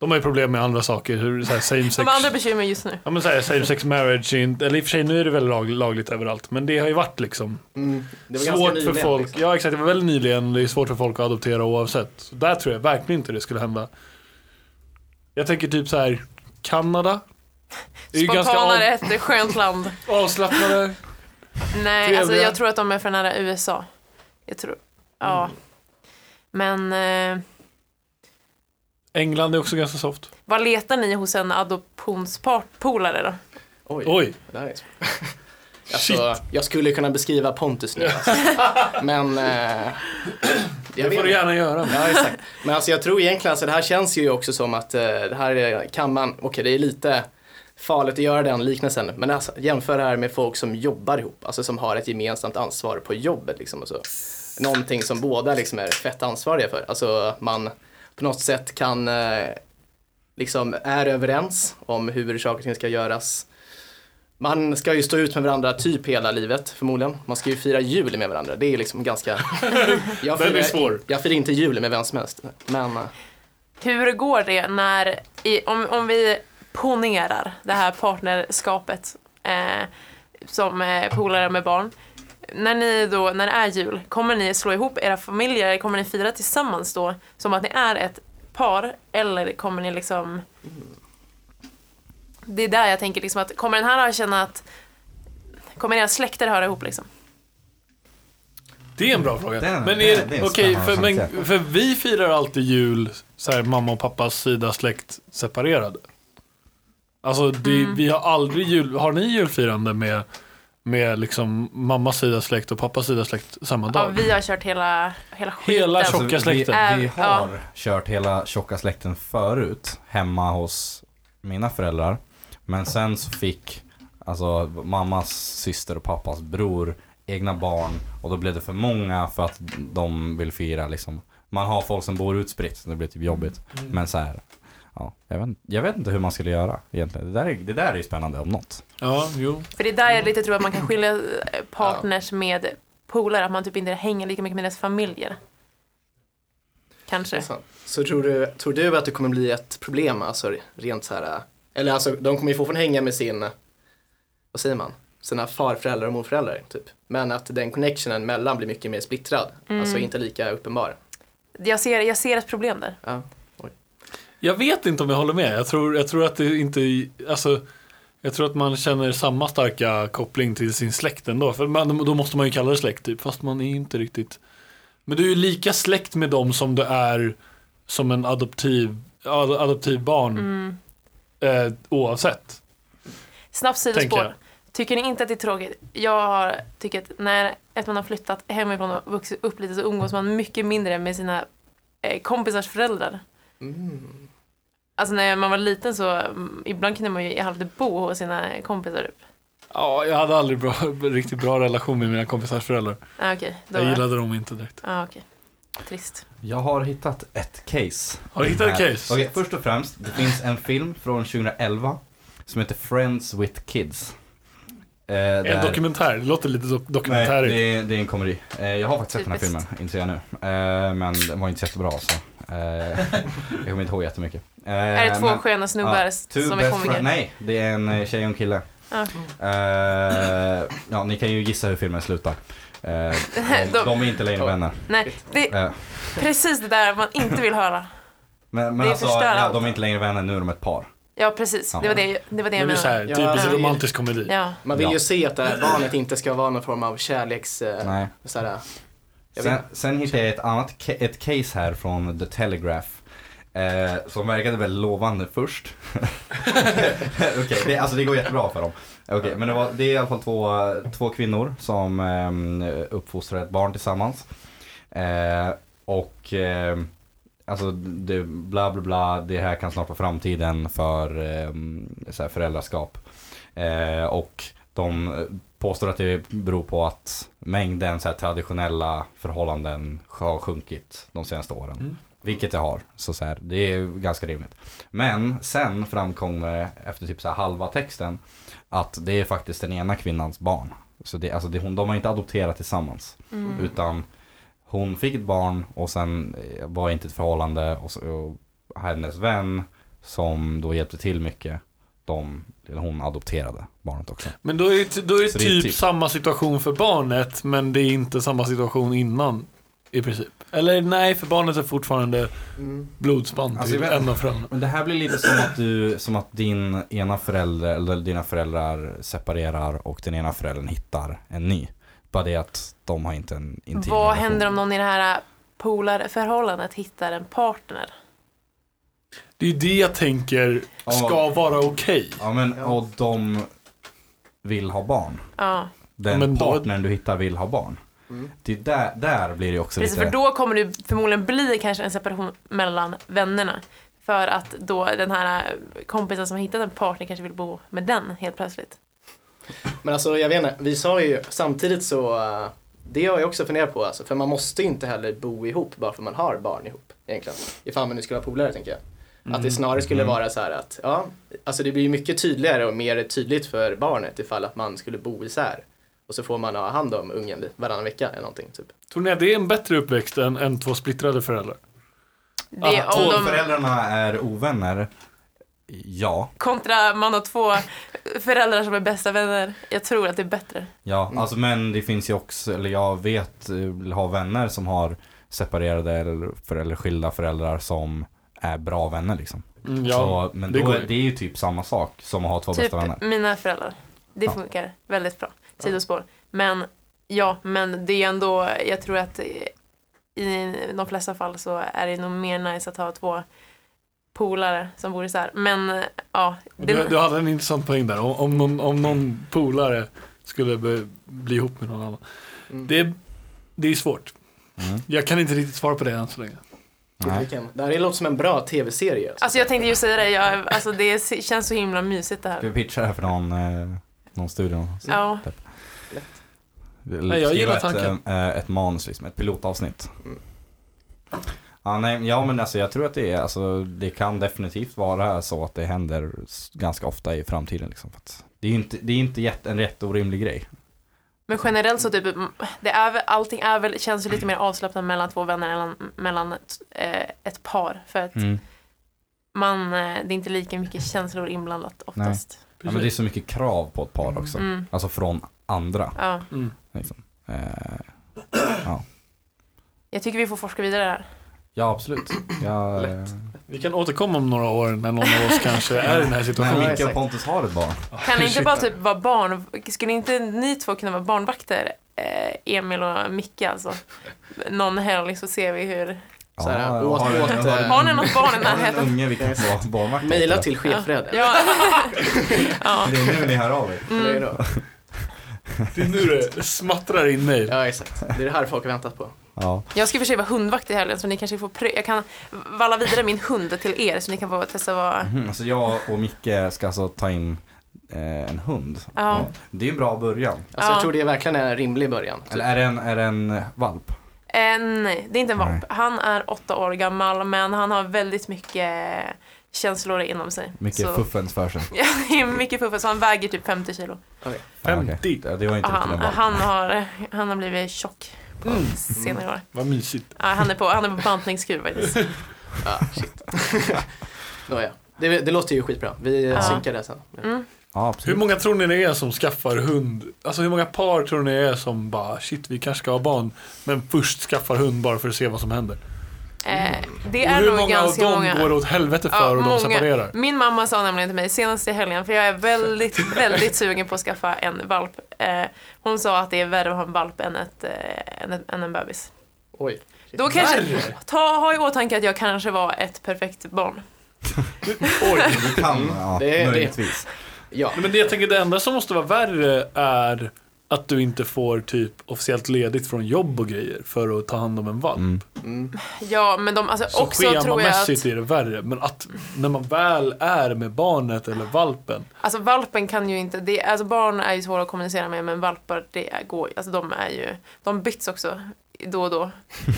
De har ju problem med andra saker, hur så här, same sex. De andra bekymmer just nu. Ja men så här, same sex marriage, eller i och för sig nu är det väl lag, lagligt överallt, men det har ju varit liksom Mm. Det var ganska svårt nyligen, för folk. liksom. Ja exakt, det var väldigt nyligen, det är svårt för folk att adoptera oavsett. Så där tror jag verkligen inte det skulle hända. Jag tänker typ så här, Kanada. Det är ju ganska Spontanare, av, ett skönt land. avslappnade. Nej, Trevliga. alltså jag tror att de är för nära U S A. Jag tror, ja. Mm. Men eh, England är också ganska soft. vad letar ni hos en adoptionspolare då? Oj. Oj. Det här är alltså, jag skulle kunna beskriva Pontus nu. Alltså. Men... Eh, jag Det vet får du inte. gärna göra. Ja, exakt. Men alltså jag tror egentligen, alltså, det här känns ju också som att eh, det här är, kan man, okej okay, det är lite farligt att göra den liknelsen, men alltså, jämför det här med folk som jobbar ihop, alltså som har ett gemensamt ansvar på jobbet liksom, och så. Någonting som båda liksom är fett ansvariga för, alltså man på något sätt kan eh, liksom är överens om hur saker och ting ska göras. Man ska ju stå ut med varandra typ hela livet förmodligen. Man ska ju fira jul med varandra. Det är liksom ganska... jag Den är firar, svår. jag firar inte jul med vem som helst. Men... Hur går det när, i, om, om vi ponerar det här partnerskapet eh, som eh, polare med barn. När ni då, när det är jul, kommer ni slå ihop era familjer? Kommer ni fira tillsammans då? Som att ni är ett par? Eller kommer ni liksom... Det är där jag tänker liksom att kommer den här att känna att kommer era släkter höra ihop liksom? Det är en bra fråga. Den- men det- är, det är en okej, spännande för, men, tanke. för vi firar alltid jul så här, mamma och pappas sida släkt separerade. Alltså det, vi har aldrig jul, har ni julfirande med med liksom mammas sida släkt och pappas sida släkt samma Ja, dag? vi har kört hela hela skiten. Hela Alltså, tjocka vi, släkten. vi Äh, har ja. kört hela tjocka släkten förut hemma hos mina föräldrar. Men sen så fick alltså mammas syster och pappas bror egna barn, och då blev det för många för att de vill fira liksom. Man har folk som bor utspritt, så det blir typ jobbigt. Mm. Men så här, ja, jag vet, jag vet inte hur man skulle göra egentligen. Det där är, det där är ju spännande om något. Ja, jo. För det är där jag lite tror att man kan skilja partners med polare, att man typ inte hänger lika mycket med deras familjer. Kanske. Så, så tror, du, tror du att det kommer bli ett problem, alltså rent så här, eller alltså de kommer ju fortfarande hänga med sin, vad säger man, sina farföräldrar och morföräldrar typ. Men att den connectionen mellan blir mycket mer splittrad, Mm. alltså inte lika uppenbar. Jag ser, jag ser ett problem där. Ja. Jag vet inte om jag håller med. Jag tror, jag tror att det inte, alltså jag tror att man känner samma starka koppling till sin släkt ändå. För man, då måste man ju kalla det släkt typ, fast man är inte riktigt. Men du är ju lika släkt med dem som du är som en adoptiv, ad, adoptiv barn Mm. eh, oavsett. Snabbt Tänker sidospår. jag. Tycker ni inte att det är tråkigt? Jag tycker att när att man har flyttat hemifrån och vuxit upp lite så umgås man mycket mindre med sina eh, kompisars föräldrar. Mm. Alltså när man var liten så mm, ibland kunde man ju halvt bo hos sina kompisar upp. Ja, jag hade aldrig bra, riktigt bra relation med mina kompisars föräldrar. Ah, okej. Då Jag var- gillade dem inte direkt. Ah, okej. Trist. Jag har hittat ett case. Har du hittat ett Här. case? Okej, först och främst, det finns en film från tjugoelva som heter Friends with Kids. Eh, En där- dokumentär, det låter lite dok- Nej, dokumentärigt. det är, det är en komedi. Eh, jag har faktiskt sett den här Typiskt. filmen, inser jag nu. Eh, men den var inte så jättebra så. Eh, jag kommer inte ihåg jättemycket. Eh, Är det två men- sköna snubbar ja, two som är best komiker? friend- Nej, det är en eh, tjej och en kille. Ah. Eh, ja, ni kan ju gissa hur filmen slutar. Eh, de, De- de är inte längre vänner. Nej, det är Eh, precis det där man inte vill höra. men men Det alltså, förstör ja, allt. de är inte längre vänner, nu är de ett par. Ja, precis. Det var det, det, var det jag Men det är så här, menade. Ja, typisk ja. romantisk komedi. Ja. Man vill Ja. ju se att det här barnet inte ska vara någon form av kärleks... Eh, Nej. så här, jag Sen, vet, sen hittade jag ett annat ca- ett case här från The Telegraph. Eh, som verkade väldigt lovande först. Okej, det, alltså det går jättebra för dem. Okej, men det, var, det är i alla fall två, två kvinnor som eh, uppfostrar ett barn tillsammans. Eh, och eh, alltså det, bla bla bla, det här kan snart vara framtiden för eh, så här föräldraskap. Eh, och de påstår att det beror på att mängden så här traditionella förhållanden har sjunkit de senaste åren. Mm. Vilket det har. Så, så här, det är ganska rimligt. Men sen framkommer efter typ så här halva texten att det är faktiskt den ena kvinnans barn. Så det, alltså det, hon, de har inte adopterat tillsammans. Mm. Utan hon fick ett barn och sen var inte ett förhållande och, så, och hennes vän som då hjälpte till mycket. De, eller hon adopterade barnet också. Men då är det, då är det Så typ det är typ- samma situation för barnet, men det är inte samma situation innan i princip. Eller nej, för barnet är fortfarande Mm. blodsband Alltså, till jag vet- en av föräldrarna. Men det här blir lite som att du, som att din ena förälder eller dina föräldrar separerar och den ena föräldern hittar en ny. Bara det att de har inte en intim Vad relation. händer om någon i det här polarförhållandet hittar en partner? Det är ju det jag tänker ska Ja. vara okej. Ja, men och de vill ha barn. Ja, Den Ja, men då- partnern du hittar vill ha barn. Mm. Det är där, där blir det också precis, lite... för då kommer det förmodligen bli kanske en separation mellan vännerna. För att då den här kompisen som har hittat en partner kanske vill bo med den helt plötsligt. Men alltså jag vet inte, vi sa ju samtidigt så, uh, det har jag också funderat på alltså, för man måste ju inte heller bo ihop bara för man har barn ihop egentligen. Ifall man nu skulle vara polare tänker jag. Att det snarare skulle Mm. vara så här att, ja, alltså det blir ju mycket tydligare och mer tydligt för barnet ifall att man skulle bo isär. Och så får man ha hand om ungen varannan vecka eller någonting typ. Tror ni att det är en bättre uppväxt än, än två splittrade föräldrar? Det, Ah, om Om de, föräldrarna är ovänner, ja. kontra man har två föräldrar som är bästa vänner. Jag tror att det är bättre. Ja, Mm. alltså men det finns ju också, eller jag vet, eh, har vänner som har separerade eller, för, eller skilda föräldrar som är bra vänner liksom. Mm, ja, Så, men det då går är ju. det är ju typ samma sak som att ha två Typ bästa vänner. mina föräldrar. Det Ja. funkar väldigt bra. Sidospår. Men ja, men det är ändå, jag tror att i de flesta fall så är det nog mer nice att ha två polare som bor isär. Men ja, det, Du, du hade en intressant poäng där. Om, om, någon, om någon polare skulle be, bli ihop med någon annan. Mm. Det, det är svårt. Mm. Jag kan inte riktigt svara på det än så länge. Nej. Vilken- Det här låter som en bra tv-serie. Alltså. alltså jag tänkte ju säga det, jag, alltså det känns så himla mysigt det Ska här. vi pitcha det här för någon, eh, någon studie? någonstans? Ja, Nej, jag gillar Skriva tanken. Ett, eh, ett manus, liksom, ett pilotavsnitt. Mm. Ja, nej, ja, men alltså, jag tror att det är, alltså, det kan definitivt vara så att det händer s- ganska ofta i framtiden. Liksom, för att det är ju inte, det är inte jätte, en rätt orimlig grej. men generellt så typ, det är väl, allting är väl, känns ju lite mer avslappnat mellan två vänner än mellan ett, eh, ett par. För att Mm. man, eh, det är inte lika mycket känslor inblandat oftast. Ja, men det är så mycket krav på ett par också. Mm. Alltså från andra. Ja. Mm. Liksom. Eh, ja. Jag tycker vi får forska vidare här. ja, absolut. Jag, eh, Vi kan återkomma om några år när någon av oss kanske är i den här när situationen. Micke och exakt. Pontus har ett barn. Kan ni inte bara typ vara barn? Skulle inte ni två kunna vara barnvakter? Eh, Emil och Micke alltså. Någon helg så ser vi hur... Så här, Ja, åt- har du- åt, har du- eh, Har ni något barn i Har ni en närheten? unge vi kan vara barnvakt åt, Maila eller? till chefredden. Ja. Ja. Det är nu ni hör av er. Vad är det då? Det är nu det smattrar in mig. Ja, exakt. Det är det här folk har väntat på. Ja. Jag ska i och för sig vara hundvakt i helgen så ni kanske får prö- jag kan valla vidare min hund till er så ni kan få testa vara... Mhm, alltså jag och Micke ska alltså ta in eh, en hund. Ja. Det är en bra början. Alltså, Ja. Jag tror det är verkligen en rimlig början. Typ. Eller är det en, är det en valp? Eh, nej, det är inte en valp. Nej. Han är åtta år gammal men han har väldigt mycket känslor inom sig. Mycket så... fuffens för sig. Ja, det är mycket fuffens. Så han väger typ femtio kilo. Ja, femtio? okej. Det, det var inte riktigt Han, en valp. han, har, han har blivit tjock på Mm. senare år. Vad mysigt. Ja, han är på, han är på bantningskur faktiskt. Ja, shit. Nåja. Det, det låter ju skitbra. Vi Ja. synkar det sen. Mm. Ja, Hur absolut. många tror ni det är som skaffar hund? Alltså hur många par tror ni det är som bara shit vi kanske ska ha barn men först skaffar hund bara för att se vad som händer? Eh, det Och är hur nog många av ganska dem många. går det åt helvete för Ja, och de många. separerar? Min mamma sa nämligen till mig senast i helgen, för jag är väldigt, väldigt sugen på att skaffa en valp. Eh, hon sa att det är värre att ha en valp än, ett, eh, än, ett, än en bebis. Oj. Då kanske, Värre? ta, ha i åtanke att jag kanske var ett perfekt barn. Oj. Du kan, ja, Det är- möjligtvis. Ja. Men det jag tänker det enda som måste vara värre är att du inte får typ officiellt ledigt från jobb och grejer för att ta hand om en valp. Mm. Mm. Ja, men de, alltså, Så också tror jag schemamässigt att, är det värre. Men att när man väl är med barnet eller valpen. alltså valpen kan ju inte, det, alltså barn är ju svåra att kommunicera med, men valpar, det går, alltså de är ju, de byts också då och då.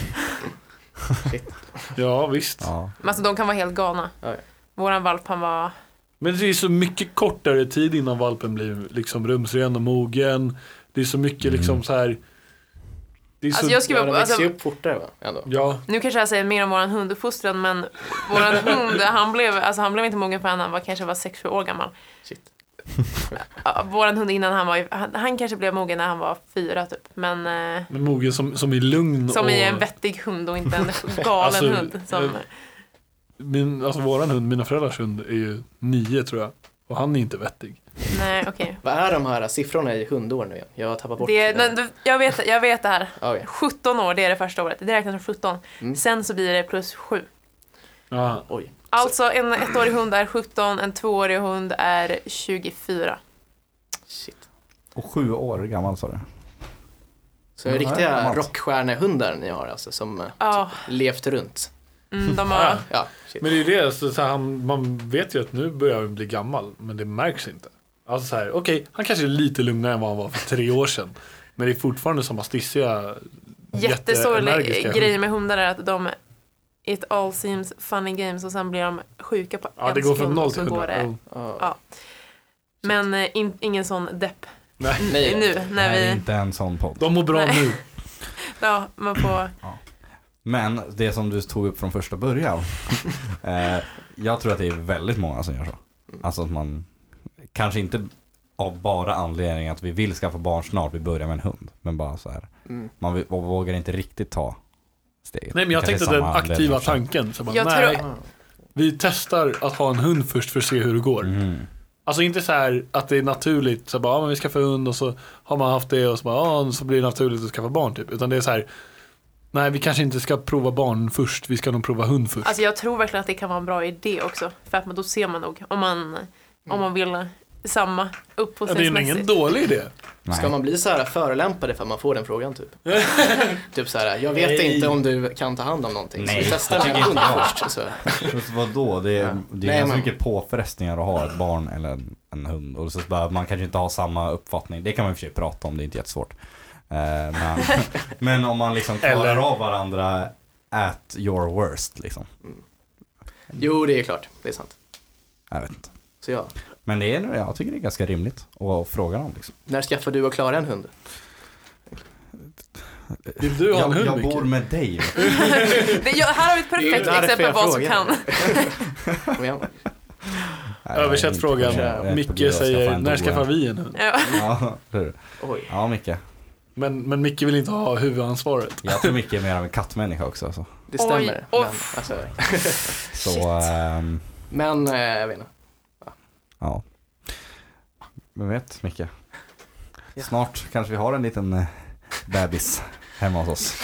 Ja visst. Ja. Men alltså de kan vara helt galna. Ja, ja. Våran valp, han var, Men det är så mycket kortare tid innan valpen blir liksom rumsren och mogen. Det är så mycket Mm. liksom så här. Det är så, Alltså jag skulle Ja, de vara, växer alltså, ju upp fortare va? Ändå. ja, nu kanske jag säger mer om våran hunduppfostran, men våran hund, han blev, alltså han blev inte mogen förrän han var, kanske var sex sju år gammal. Shit. Ja, våran hund innan han var, han, han kanske blev mogen när han var fyra typ, men eh, men mogen som, som är lugn som och... är en vettig hund och inte en galen Alltså, hund. Som, eh, Min, alltså våran hund, mina föräldrars hund är ju nio tror jag. Och han är inte vettig. nej, okej. Vad är de här siffrorna i hundår nu igen? Jag har tappat bort Det, det. men du- jag, vet, jag vet det här. Okej. sjutton år, det är det första året. Det räknas som sjutton. Mm. Sen så blir det plus sju. Ja. Oj. Alltså en ettårig hund är sjutton, en tvåårig hund är tjugofyra. Shit. Och sju år gammal sa du? Så Ja, riktiga gammalt. rockstjärnehundar ni har alltså som eh, Ja, levt runt. mm, de Ja. har... Ja, shit. Men det är ju det, så, så här, han, man vet ju att nu börjar han bli gammal, men det märks inte. Alltså så här, okej, han kanske är lite lugnare än vad han var för tre år sedan. Men det är fortfarande samma stissiga, Jättesorglig jätteenergiska grej hund. med hundar är att de it all seems funny games och sen blir de sjuka på Ja, en det går från sekund noll och till så går hundra. det. Oh. Ja. Ja. Men eh, in, ingen sån depp Nej, Nej. nu när Nej, vi... inte en sån podd. de mår bra Nej. nu. Ja, man får... Men det som du tog upp från första början. eh, jag tror att det är väldigt många som gör så. Alltså att man kanske inte av bara anledning att vi vill skaffa barn snart, vi börjar med en hund. Men bara så här. Mm. Man vill, och vågar inte riktigt ta steget. Nej, men jag Kanske tänkte den samma aktiva anledning som- tanken. Så bara, Jag nej, tror- vi testar att ha en hund först för att se hur det går. Mm. Alltså inte så här att det är naturligt, så bara, ja, men vi skaffar hund och så har man haft det och så bara, ja, så blir det naturligt att skaffa barn typ. Utan det är så här, nej, vi kanske inte ska prova barn först, vi ska nog prova hund först. Alltså jag tror verkligen att det kan vara en bra idé också. För att man, då ser man nog om man, om man vill samma ja, det är ju uppfostringsmässigt. ingen dålig idé. Nej. Ska man bli så här förolämpade för att man får den frågan typ? Typ så här, jag vet Nej. inte om du kan ta hand om någonting. Nej. Så vi testar med en hund först. Så. Fast vadå? Det är, Ja. det är Nej, ganska men- mycket påfrestningar att ha ett barn eller en, en hund. Och så bara, man kanske inte har samma uppfattning. Det kan man i och för sig prata om, det är inte jättesvårt. Eh, men, men om man liksom klarar Eller- av varandra at your worst liksom. Jo, det är klart. Det är sant. Jag vet inte. Så ja, Men det är, jag tycker det är ganska rimligt att fråga dem liksom. när skaffar du och Klara en hund? Vill du ha en Jag, hund, jag Micke? bor med dig. Det, ja, här har vi ett Det är perfekt därför exempel jag på vad som frågar. kan. Kom igen. Nej, Översätt inte frågan. kanske rätt Micke att skaffa säger, en när do skaffar än. vi en hund? Ja. Ja, hur? Oj. Ja, Micke. Men, men Micke vill inte ha huvudansvaret. Jag tror Micke är mer av en kattmänniska också. Så, Det stämmer. Oj. Men, Oj. alltså, så Shit. ehm, men eh, jag vet inte. ja. Men vet, Micke. Snart kanske vi har en liten eh, bebis hemma hos oss.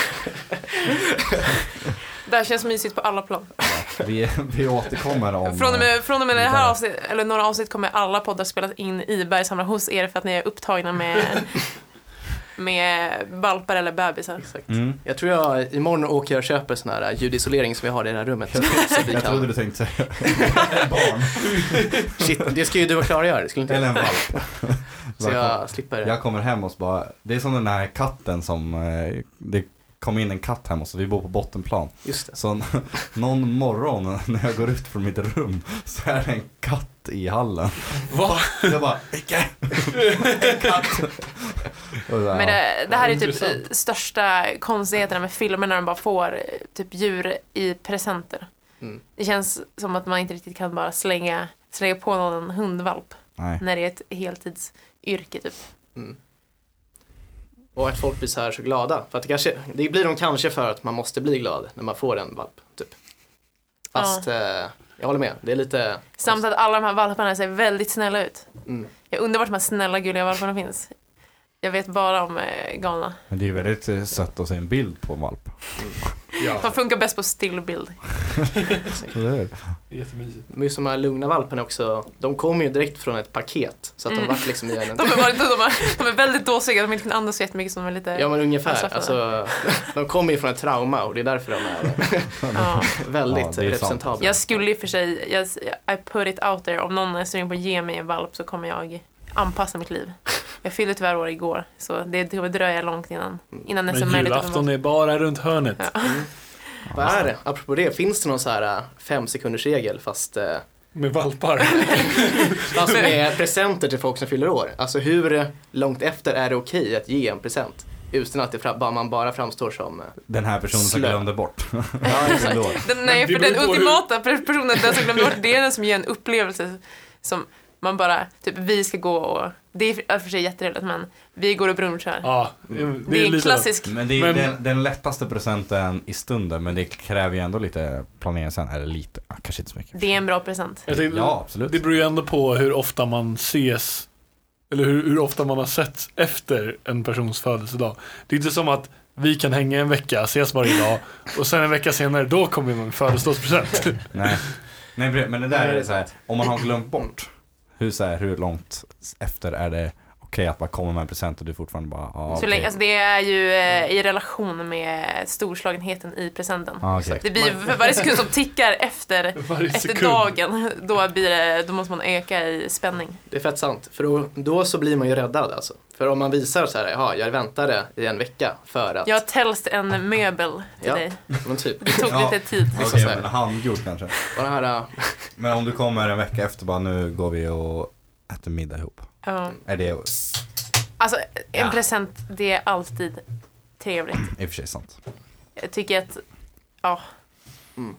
Det här känns mysigt på alla plan. Vi, vi återkommer om... Från och med, från och med det vidare. här avsnitt, eller några avsnitt kommer alla poddar spelas in i Bergshamra hos er för att ni är upptagna med, med valpar eller bebisar. Exakt. Mm. Jag tror jag imorgon åker jag och köper sån här ljudisolering som vi har i det här rummet. Så vi Jag trodde kan... du tänkte säga barn. Shit, det ska ju du och Klara göra. Det skulle inte... Eller en valp. Så jag slipper. Jag kommer hem och så bara... Det är som den här katten som... eh, Det kom in en katt hem och så vi bor på bottenplan. Just det. Så n- någon morgon när jag går ut från mitt rum så är det en katt i hallen. Va? Så jag bara, Micke! En katt! Och så, Men ja. det, det här är typ Intressant. största konstigheterna med filmer när de bara får eh, typ djur i presenter. Mm. Det känns som att man inte riktigt kan bara slänga, slänga på någon en hundvalp Nej. när det är ett heltidsyrke typ. Mm. Och att folk blir så här så glada. För att det, kanske, det blir de kanske för att man måste bli glad när man får en valp. Typ. Fast eh, jag håller med. Det är lite... Samt att alla de här valparna ser väldigt snälla ut. Mm. Jag undrar vart de här snälla gulliga valparna finns. Jag vet bara om eh, galna. Men det är ju väldigt eh, sött att se en bild på en valp. Ja, De funkar bäst på stillbild. Eller hur? jättemysigt. Men just de här lugna valparna också, de kommer ju direkt från ett paket. Så att de Mm. vart liksom i en... De är, bara, de är, de är väldigt dåsiga, de inte kan andas så jättemycket som de är lite... Ja men ungefär. avslappnade. Alltså, de kommer ju från ett trauma och det är därför de är Ja. väldigt Ja, det är sant. representabla. Jag skulle i och för sig, jag, I put it out there, om någon är sugen på att ge mig en valp så kommer jag anpassa mitt liv. Jag fyllde tyvärr år igår, så det kommer dröja långt innan, innan nästa Men möjlighet att få julafton en är bara runt hörnet. Ja. Vad är det? Apropå det, finns det någon så här äh, fem sekunders regel fast, äh, Med valpar. fast med presenter till folk som fyller år? Alltså hur långt efter är det okej att ge en present? utan att det fra- bara, man bara framstår som eh, Den här personen som Slö. glömde bort. ja, exakt. Den, nej, det för beror den på hur- ultimata personen, den som glömde bort, det är den som ger en upplevelse som man bara, typ vi ska gå och, det är för, för sig jätteroligt, men vi går och brunchar. Ja, det är, Det är en lite klassisk, Men det är Men- den, den lättaste presenten i stunden, men det kräver ju ändå lite planering sen, eller lite, ja, kanske inte så mycket. det är en bra present. Jag tänkte, Ja, absolut. Det beror ju ändå på hur ofta man ses, eller hur, hur ofta man har sett efter en persons födelsedag. Det är inte som att vi kan hänga en vecka, ses varje dag och sen en vecka senare, då kommer man med födelsedagspresent. Nej. Nej, men det där är så här, om man har glömt bort, hur, så här, hur långt efter är det okej att man kommer med en present och du fortfarande bara, ja, Så okej. länge, alltså det är ju eh, i relation med storslagenheten i presenten. Ja, okej. Det blir för varje sekund som tickar efter, Varje efter sekund. dagen, då, blir det, då måste man öka i spänning. Det är fett sant, för då, då så blir man ju räddad alltså. För om man visar så här, jaha, jag väntade i en vecka för att... Jag har tälst en möbel till Ja. dig. Men typ, Det tog Ja. lite tid. Okej, så här. men handgjort kanske. och det här, äh, Men om du kommer en vecka efter, bara nu går vi och äter middag ihop. Ja. Är det Alltså en Ja. present, det är alltid trevligt. i och för sig sant? Jag tycker att, ja. Mm.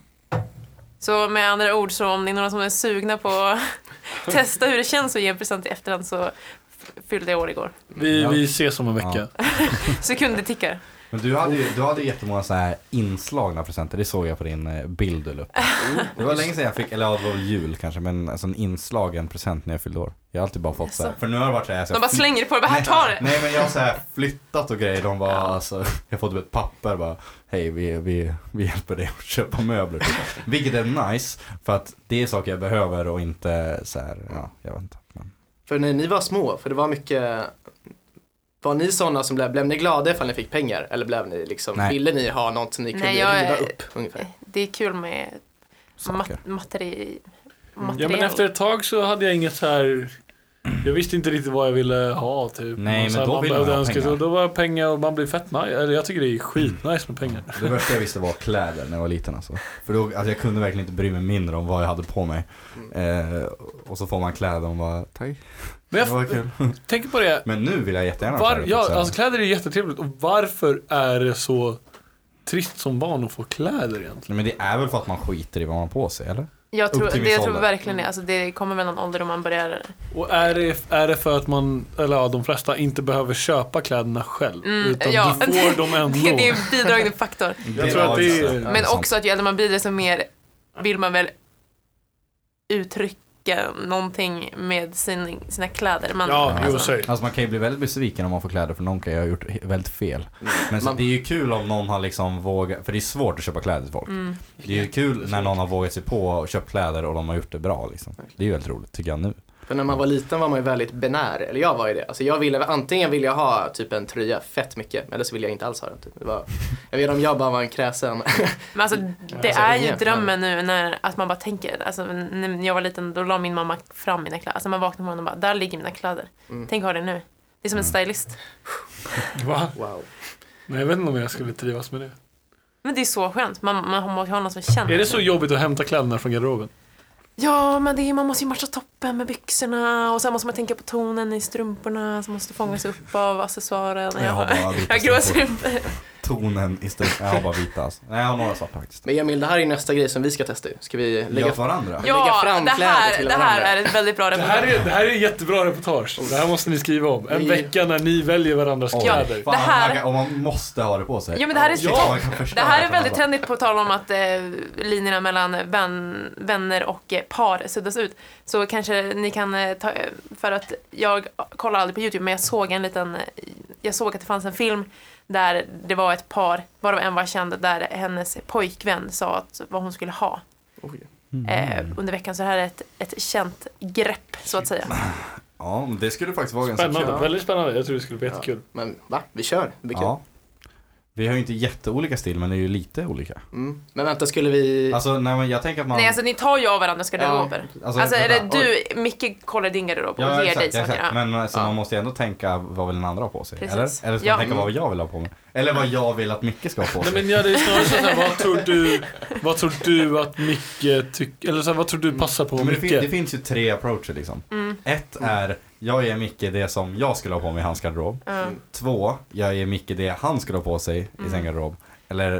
Så med andra ord, så om det är några som är sugna på att testa hur det känns att ge en present i efterhand, så f- fyllde jag år igår. Vi, Ja. vi ses om en vecka. Sekunder tickar. Men du hade ju du hade ju jättemånga så här inslagna presenter, det såg jag på din eh, bild du la upp. Det var länge sedan jag fick, eller ja, det var väl jul kanske, men alltså en inslagen present när jag fyllde år. Jag har alltid bara fått så här, Jaså? för nu har det varit så här, så De bara fly- slänger det på det, bara här, ta det! Nej, men jag har så här flyttat och grejer, de var alltså, jag har fått ett papper bara, hej vi, vi, vi hjälper dig att köpa möbler typ. Vilket är nice, för att det är saker jag behöver och inte så här, ja, jag vet inte. Men. för när ni var små, för det var mycket... Var ni sådana som blev, blev ni glada ifall ni fick pengar? Eller blev ni liksom, Nej. ville ni ha något som ni kunde Nej, jag riva är- upp ungefär? Det är kul med Saker. mat- materi- material. Ja, men efter ett tag så hade jag inget så här. Jag visste inte riktigt vad jag ville ha typ. Nej, Och så men här, då man vill man behövde ha önska, pengar. så då var pengar och man blir fett nice. Eller jag tycker det är skitnice med pengar. Det värsta jag visste var kläder när jag var liten alltså. För då, alltså jag kunde verkligen inte bry mig mindre om vad jag hade på mig. Eh, och så får man kläder och bara, tack. Men Det var jag kul. tänker på det. Men nu vill jag jättegärna ha Var, kläder, ja, så här. alltså kläder är jättetrevligt. Och varför är det så trist som barn att få kläder egentligen? Nej, men det är väl för att man skiter i vad man har på sig, eller? Jag tror, upp till det viss jag tror ålder. verkligen det. Alltså det kommer väl någon ålder då man börjar... Och är det, är det för att man, eller ja, de flesta inte behöver köpa kläderna själv? Mm, utan ja. du får dem ändå. Det, det är en bidragande faktor. Jag tror att det är- Ja, Men sant. också att ju äldre man blir, desto mer vill man väl uttrycka någonting med sin, sina kläder. Man, Ja, jo, alltså, säg. Alltså man kan ju bli väldigt besviken om man får kläder för någon kan ju ha gjort he- väldigt fel. Men så, Man- det är ju kul om någon har liksom vågat, för det är svårt att köpa kläder till folk. mm. Det är ju kul när någon har vågat sig på och köpt kläder och de har gjort det bra liksom. Det är ju väldigt roligt tycker jag nu. För när man var liten var man ju väldigt binär, eller jag var ju det. Alltså jag ville, antingen ville jag ha typ en tröja fett mycket, eller så ville jag inte alls ha den. Typ. Det var, jag vet om jag bara var en kräsen. Men alltså, det Alltså, är ju inget, drömmen nu när att man bara tänker, alltså, när jag var liten då la min mamma fram mina kläder. Alltså man vaknar på morgonen och bara, där ligger mina kläder. Mm. Tänk ha det nu. Det är som en stylist. Va? Wow. Nej, jag vet inte om jag skulle trivas med det. Men det är så skönt. Man, man måste ha någon som känner. Är det så jobbigt att hämta kläderna från garderoben? Ja, men det är, man måste ju matcha toppen med byxorna och sen måste man tänka på tonen i strumporna som måste fångas upp av accessoaren. Jag har bara vita jag har gråa strumpor. strumpor. Tonen i stället. Jag har bara vita alltså. Nej, jag har några svarta faktiskt. Men Emil, det här är nästa grej som vi ska testa. Ska vi lägga Lägga varandra? lägga Ja, fram det kläder här, till det här varandra? är ett väldigt bra Det här, reportage. är, det här är ett jättebra reportage. Det här måste ni skriva om. En Vi- vecka när ni väljer varandras Oj, kläder. fan, Det här- man kan, och man måste ha det på sig. Ja, men det här är ja, så- man kan förstöra Det här är för väldigt alla. trendigt på tal om att eh, linjerna mellan vän, vänner och eh, par suddas ut. Så kanske ni kan eh, ta, för att jag kollar aldrig på YouTube, men jag såg en liten, eh, jag såg att det fanns en film där det var ett par, varav en var känd, där hennes pojkvän sa att vad hon skulle ha Oj. eh, under veckan. Så det här är ett, ett känt grepp, så att säga. Ja, men det skulle faktiskt vara ganska Spännande, kul. väldigt spännande. Jag tror det skulle bli jättekul. Men va? Vi kör. Det blir kul. Ja. Vi har ju inte jätteolika stil, men det är ju lite olika. Mm. Men vänta, skulle vi... Alltså, nej, men jag tänker att man... Nej, alltså ni tar ju av varandras garderober. alltså, Alltså, är det vänta. du, Micke kollar din garderob och Ja, ger exakt, dig saker. exakt. Ja. Men alltså, Ja. man måste ju ändå tänka vad vill den andra ha på sig? Precis. Eller? Eller ska Ja. man tänka vad jag vill ha på mig? Eller vad jag vill att Micke ska ha på Nej, sig? men ja, det är snarare så här, vad tror du, vad tror du att Micke tycker, eller så här, vad tror du passar på Men det, Micke? fin- det finns ju tre approacher liksom. Mm. Ett är Jag ger Micke det som jag skulle ha på mig i hans garderob. Mm. Två, jag ger Micke det han skulle ha på sig i sin garderob. Eller,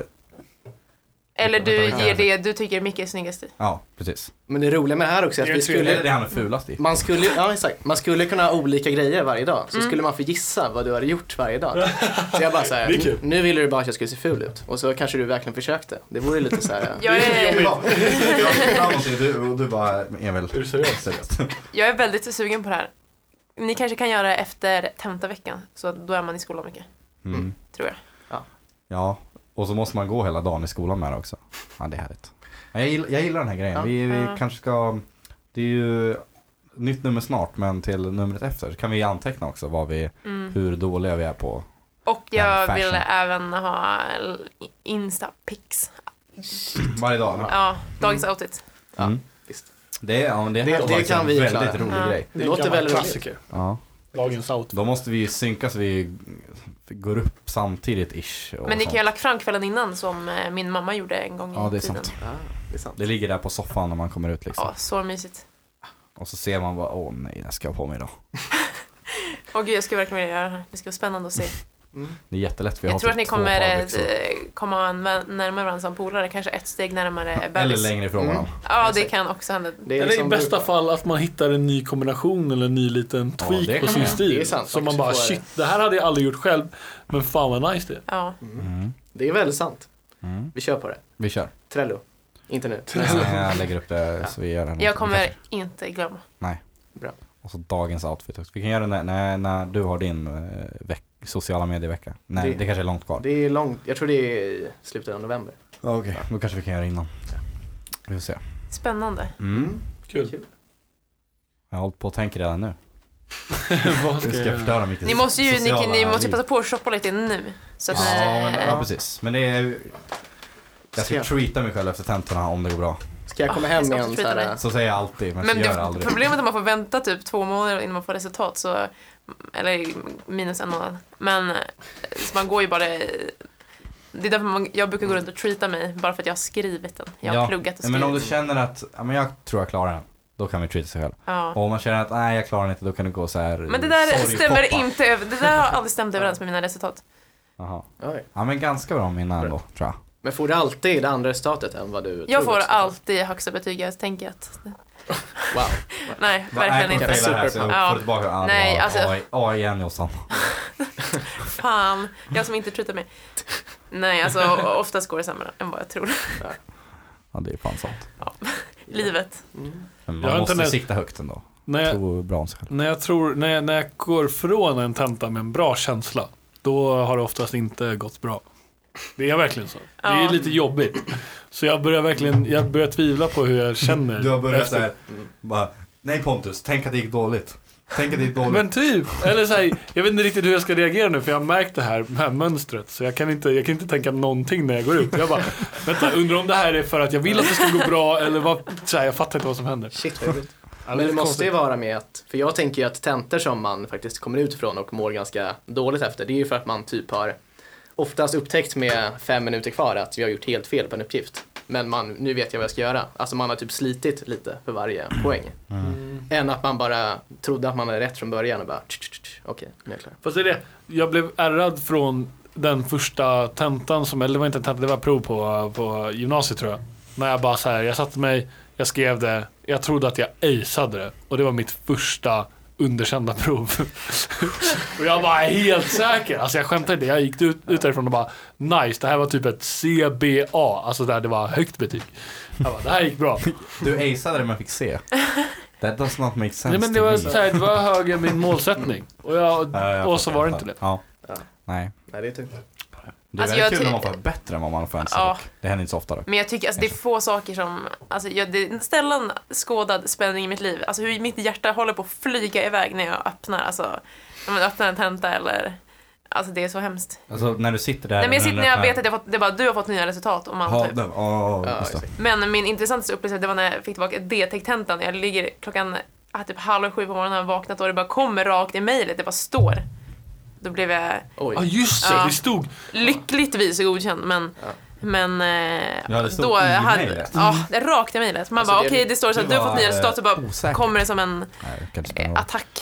Eller du Vänta, vänta, ger vänta. det du tycker Micke är snyggast i. ja, precis. Men det roliga med det här också är att vi Eller det skulle, han är fulast i. man skulle, ja exakt, man skulle kunna ha olika grejer varje dag. Så skulle man få gissa vad du hade gjort varje dag. Så jag bara så här, Det är kul. nu ville du bara att jag skulle se ful ut. Och så kanske du verkligen försökte. Det vore lite så här. Jag är, Ja, framåt, du, och du bara, Emil. Är du seriös? Seriöst. jag är väldigt sugen på det här. Ni kanske kan göra det efter tentaveckan. Så då är man i skolan mycket, Mm. tror jag. Ja, och så måste man gå hela dagen i skolan med det också. Ja, det är härligt. Ja, Jag gillar, jag gillar den här grejen. Ja. Vi, vi Ja. kanske ska, det är ju nytt nummer snart, men till numret efter kan vi anteckna också vad vi, Mm. hur dåliga vi är på. Och Den jag fashion. vill även ha Insta-pics. Varje dag. Ja, dagens outfit. Mm. Visst. Det, är- ja, men det, Det- här det var faktiskt kan en vi väldigt klara. rolig Ja. grej. Det låter väldigt roligt. klassiker. Ja. Dagens outfit. Då måste vi synka så vi går upp samtidigt ish. Och Men ni sånt. kan ju ha lagt fram kvällen innan som eh, min mamma gjorde en gång i Ja, det är tiden. sant. Ja, det är sant. Det ligger där på soffan när man kommer ut liksom. Ja, så mysigt. Och så ser man bara, åh nej, det ska jag ha på mig idag. Åh gud, jag ska verkligen vilja göra det här. Det ska vara spännande att se. Det är jättelätt, vi har Jag tror att typ ni två kommer par eh, byxor. komma närmare varandra som polare. Kanske ett steg närmare Eller bebis. längre ifrån Mm. varandra. Ja, det kan också hända. Det är Eller liksom i bästa brukar- fall att man hittar en ny kombination eller en ny liten Ja, tweak det på kan sin man. stil. Det är sant, så man faktiskt, bara får shit, det här hade jag aldrig gjort själv. Men fan vad nice det är. Ja. Mm. Det är väldigt sant. Mm. Vi kör på det. Vi kör. Trello. Inte nu. Jag lägger upp det så vi gör det. Jag kommer inte glömma. Och så dagens outfit också. Vi kan göra det när, när, när du har din eh, veck, sociala medievecka. Nej, det, Det- kanske är långt kvar. Det är långt, jag tror det är i slutet av november. Ja, okej. Då kanske vi kan göra det innan. Vi får se. Spännande. Mm. Kul. Jag har hållit på att tänka redan nu. Vad Vi ska ska jag förstöra mycket Ni måste ju, ni, sociala ni måste ju liv. passa på att shoppa lite nu. Så att Ja, ni, men, ja, precis. Men det är... Jag ska Ska- treata mig själv efter tentorna om det går bra. Ska jag komma Ah, hem jag ska med också en tweeta såhär, dig. Så säger jag alltid, men, Men så gör jag det, aldrig. problemet är att man får vänta typ två månader innan man får resultat. Så, eller minus en månad. Men så man går ju bara... Det är därför man, jag brukar gå runt och treata mig. Bara för att jag har skrivit den. Jag har Ja, pluggat och men om du skrivit. känner att ja, men jag tror jag klarar den, då kan vi treata sig själv. Ja. Och om man känner att nej, jag klarar den inte, då kan du gå så här. Men det där sorgpoppa. stämmer inte över. Det där har aldrig stämt överens med mina resultat. Jaha. oj. Ja, men ganska bra mina ändå, tror jag. Men får du alltid det andra resultatet än vad du Jag tror får också? alltid högsta betyg. Jag tänker att... Wow. Nej, Va, verkligen nej, inte. jag failar här, så jag Ja. får tillbaka. Ah, Nej, bra. alltså- A I, A I igen Jossan. Fan, jag som inte treatar mig. Nej, alltså oftast går det sämre än vad jag tror. Ja, det är fan sant. Livet. Men Jag man har måste inte nä- sikta högt ändå. När jag, Tro bra om sig själv. när jag tror, när jag, när jag går från en tenta med en bra känsla, då har det oftast inte gått bra. Det är verkligen så. Det är Ja. lite jobbigt. Så jag börjar verkligen, jag börjar tvivla på hur jag känner. Du har börjat efter- såhär, bara, nej Pontus, tänk att det gick dåligt. Tänk att det gick dåligt. Men typ, eller så här, jag vet inte riktigt hur jag ska reagera nu för jag har märkt det här, det här mönstret. Så jag kan, inte, jag kan inte tänka någonting när jag går ut. Jag bara, vänta, undrar om det här är för att jag vill att det ska gå bra eller vad, så här, jag fattar inte vad som händer. Shit vad jobbigt. Ja, Men det måste konstigt. ju vara med att, för jag tänker ju att tentor som man faktiskt kommer ut ifrån och mår ganska dåligt efter, det är ju för att man typ har oftast upptäckt med fem minuter kvar att vi har gjort helt fel på en uppgift. Men man, nu vet jag vad jag ska göra. Alltså man har typ slitit lite för varje poäng. Mm. Än att man bara trodde att man hade rätt från början och bara tch, tch, tch, okej, nu är jag klar. Fast det är det, jag blev ärrad från den första tentan som, eller det var inte en tenta, det var prov på, på gymnasiet tror jag. När jag bara så här, jag satte mig, jag skrev det, jag trodde att jag aceade det. Och det var mitt första underkända prov. Och jag var helt säker, alltså jag skämtar inte, jag gick ut, ut därifrån och bara nice, det här var typ ett C B A, alltså där det var högt betyg. Jag bara, det här gick bra. Du aceade det men fick se. That does not make sense Nej men det to var, me. så här, det var högre min målsättning. Och, jag, Ja, jag och så fattar, var det jag inte det. fattar. Ja. Ja. Nej. Nej, det är typ. Det är Alltså, väldigt jag kul ty- när man får bättre än vad man förväntar sig. Ja. dock. Det händer inte så ofta dock. Men jag tycker alltså, det är få saker som, alltså, jag, det är sällan skådad spänning i mitt liv. Alltså hur mitt hjärta håller på att flyga iväg när jag öppnar, alltså när man öppnar en tenta eller, alltså det är så hemskt. Alltså när du sitter där. Nej men jag sitter när jag öppnar- vet att jag fått, det är bara du har fått nya resultat och man Ja, typ. det- ja, Ja, just det. exakt. Men min intressantaste upplevelse det var när jag fick tillbaka D-tech-tentan. Jag ligger klockan ah, typ halv sju på morgonen och har vaknat och det bara kommer rakt i mejlet, det bara står. Då blev jag Oj. Ja just det, Ja. det stod. lyckligtvis godkänd men Ja. Men eh, Ja, det stod då i hade, mejlet. ja, det rakt i mejlet. Man Alltså, bara det- okej, det står så att du du har fått var, nya resultat så bara osäker. kommer det som en Nej, det kan inte eh, spela roll. attack.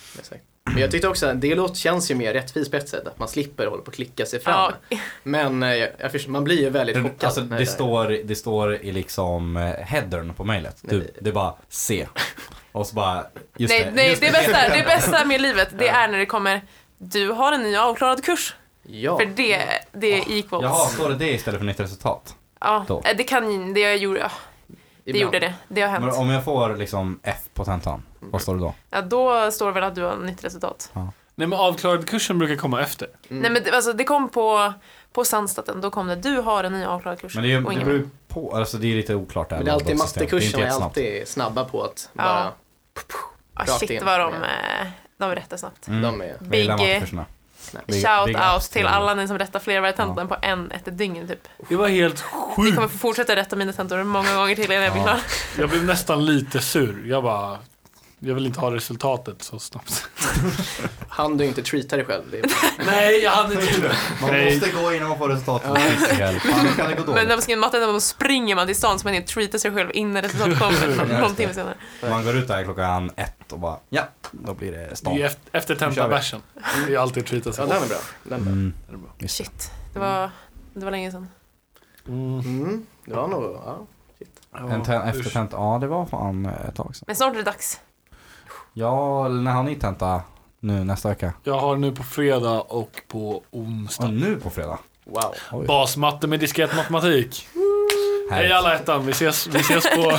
Exakt. Men jag tyckte också att det låt känns ju mer rättvist på ett sätt, att man slipper hålla på och klicka sig fram. Ja. Men eh, jag förstår, man blir ju väldigt chockad. Alltså när det där- står, det står i liksom eh, headern på mejlet. Du, Nej. det är bara se. Och så bara, just Nej, det. nej just det, bästa, det bästa med livet, det är när det kommer du har en ny avklarad kurs. Ja. För det, det är equals. Jaha, står det det istället för nytt resultat? Ja, då. det kan det jag gjorde. Ja, det Ibland. gjorde det. Det har hänt. Men om jag får liksom F på tentan, vad står det då? Ja, då står det väl att du har nytt resultat. Nej, men avklarad kursen brukar komma efter. Mm. Nej men det, alltså, det kom på, på Sandstaten, då kom det du har en ny avklarad kurs. Men det, är, och det ingen beror ju på, alltså det är lite oklart där. Men det är alltid lagsystemet. mattekurserna Det är är inte jättesnabbt. alltid snabba på att Ja. bara ah, rakt shit in. vad de, Ja. eh, de rättar snabbt. Mm. de är... Jag gillar Big, eh, mattekurserna. Big- Shout big out ups till alla ni som rättar flera varje tentan på en, ett dygn typ. Det var helt Ni sjukt. kommer få fortsätta rätta mina tentor många gånger till innan jag blir Ja. klar. Jag blev nästan lite sur. Jag bara, jag vill inte ha resultatet så snabbt. Han du inte treatar dig själv. Det är... Nej, jag hade inte det. Man Nej. måste gå innan man får resultatet. Fan, nu kan det gå Men när dåligt. man skriver matten då springer man till stan så man inte treatar sig själv innan resultatet kommer någon timme senare. Man går ut där klockan ett och bara, ja, då blir det Det stan. är efter, efter tentabärsen. Det är alltid treatat Ja, sig. den är bra. Den är bra. Mm. Den är bra. Just det. Shit, det var, det var länge sedan. Mm. Det var nog... Ja. En ten, efter tenta, ja det var fan ett tag sedan. Men snart är det dags. Ja, när har ni tenta nu nästa vecka? Jag har nu på fredag och på onsdag. Och nu på fredag? Wow. Oj. Basmatte med diskret matematik. Hej Härligt. alla ettan, vi ses, vi ses på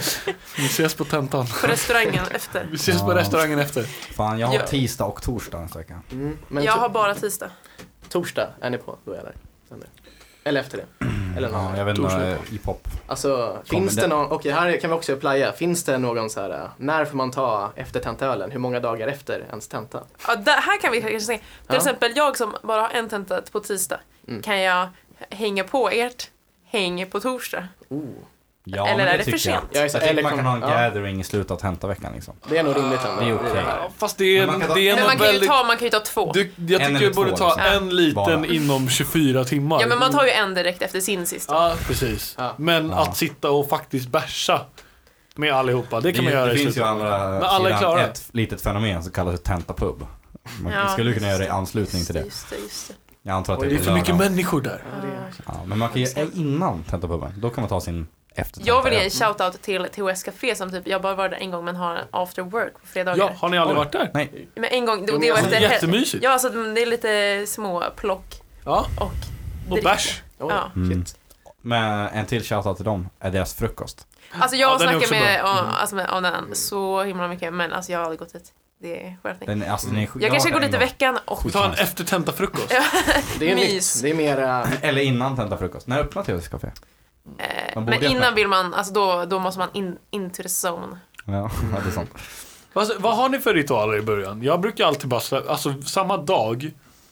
vi ses på tentan. På restaurangen efter. Vi ses på Ja. restaurangen efter. Fan, jag har Ja. tisdag och torsdag nästa vecka. Mm. Men Jag to- har bara tisdag. torsdag är ni på, då är jag där. Sen det. Eller efter det. Eller någon. Ja, jag vet inte, Torsdag. i pop. Alltså, finns det- det någon... Okej, här kan vi också playa. Finns det någon så här... äh, När får man ta efter tentölen? Hur många dagar efter ens tenta? Ja, där, här kan vi kanske säga. Till Ja. exempel jag som bara har en tenta på tisdag. Mm. Kan jag hänga på ert häng på torsdag? Oh. Ja, Eller men är det tycker för jag. sent? Jag är så, Jag tycker eller man kan kom- ha en ja, gathering i slutet av tentaveckan liksom. det är nog rimligt ändå. Det är okej. här. Ja, fast det är, Men man kan ta- det är Men man nog kan ju väldigt... ta, man kan ju ta två. Du, jag En tycker eller du borde två, ta liksom. en liten Bara. inom tjugofyra timmar. Ja men man tar ju en direkt efter sin sista. Ja, precis. Ja. Men Ja. att sitta och faktiskt bärsa med allihopa, det kan det, man göra det i finns ju slutet. andra Men alla är sidan klara. ett litet fenomen som kallas för tentapub. Man Ja, skulle kunna göra det i just anslutning till det. Just det, just det. Jag antar att Oj, det Det är för mycket lördag. människor där. Ja, det är- Ja, men man kan ju innan tentapuben. Då kan man ta sin efter Jag vill ge tenta. en shoutout till T H S Café som typ, jag bara var där en gång men har en after work på fredagar. Ja, har ni aldrig Oj. varit där? Nej, Men en gång, det, Jo, det var men efter Det är jättemysigt. Ja, alltså det är lite små plock Ja, och och bärs. Oj, Ja. Mm. shit. men en till shoutout till dem är deras frukost. Alltså jag Ja, den är snackar också med, bra. och, alltså med om den så himla mycket men alltså jag har aldrig gått dit. Det är skärpning. Den, alltså, den är, Jag kanske går har dit i en gång. veckan och Vi tar en eftertenta-frukost. Det är Mys. nytt. Det är mer... äh, Eller innan tentafrukost. När öppnar T V S Café? eh, Man borde men öppna. innan vill man, alltså då, då måste man in, into the zone. Ja, ja, det är sant. Vad, vad har ni för ritualer i början? Jag brukar alltid bara slä, alltså samma dag.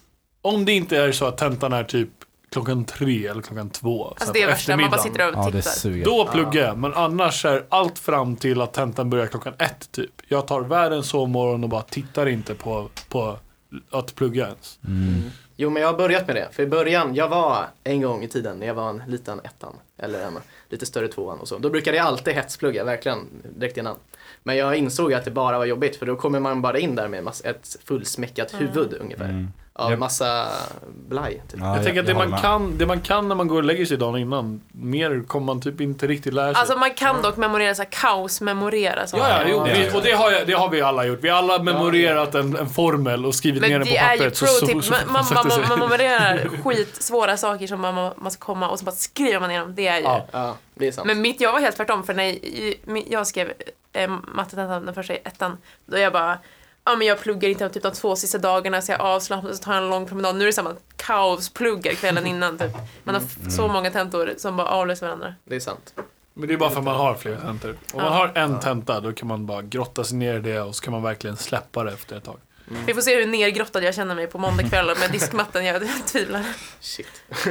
Om det inte är så att tentan är typ klockan tre eller klockan två. så Alltså här det är på värsta, man bara eftermiddagen. sitter och Ja, det tittar. suger. Då pluggar jag, men annars är allt fram till att tentan börjar klockan ett typ. Jag tar världens sovmorgon och bara tittar inte på, på att plugga ens. Mm. Jo, men jag har börjat med det. För i början, jag var en gång i tiden när jag var en liten ettan. Eller en lite större tvåan och så. Då brukade jag alltid hetsplugga, verkligen, direkt innan. Men jag insåg att det bara var jobbigt. För då kommer man bara in där med mass- ett fullsmäckat huvud ungefär. Mm. Av Jag- massa blaj. Typ. Ja, jag tänker att det håller man, med. kan, det man kan när man går och lägger sig dagen innan, mer kommer man typ inte riktigt lära sig. Alltså man kan dock memorera så här, kaos memorera så. ja, ja, jo, det vi, är det. och det har, jag, det har vi alla gjort. Vi har alla memorerat en, en formel och skrivit ner Men den på det är ju pappret. så- pro så- tip, så- man, så- man, så- man, så- man memorerar skitsvåra saker som man, man ska komma och så bara skriver man ner dem. Det är ju. Ja. Ja, det är sant. Men mitt jag var helt tvärtom för när jag, jag skrev eh, mattetentan den första i ettan, då jag bara ja men jag pluggar inte typ de två sista dagarna så jag avslappnar så tar jag en lång promenad. Nu är det samma kaospluggar kvällen innan typ. Man har f- så många tentor som bara avlöser varandra. Det är sant. Men det är bara för att man har fler tentor. Om man Ja. har en tenta, då kan man bara grotta sig ner i det och så kan man verkligen släppa det efter ett tag. Vi får se hur nergrottad jag känner mig på måndagskvällar med diskmatten, jag tvivlar. Shit.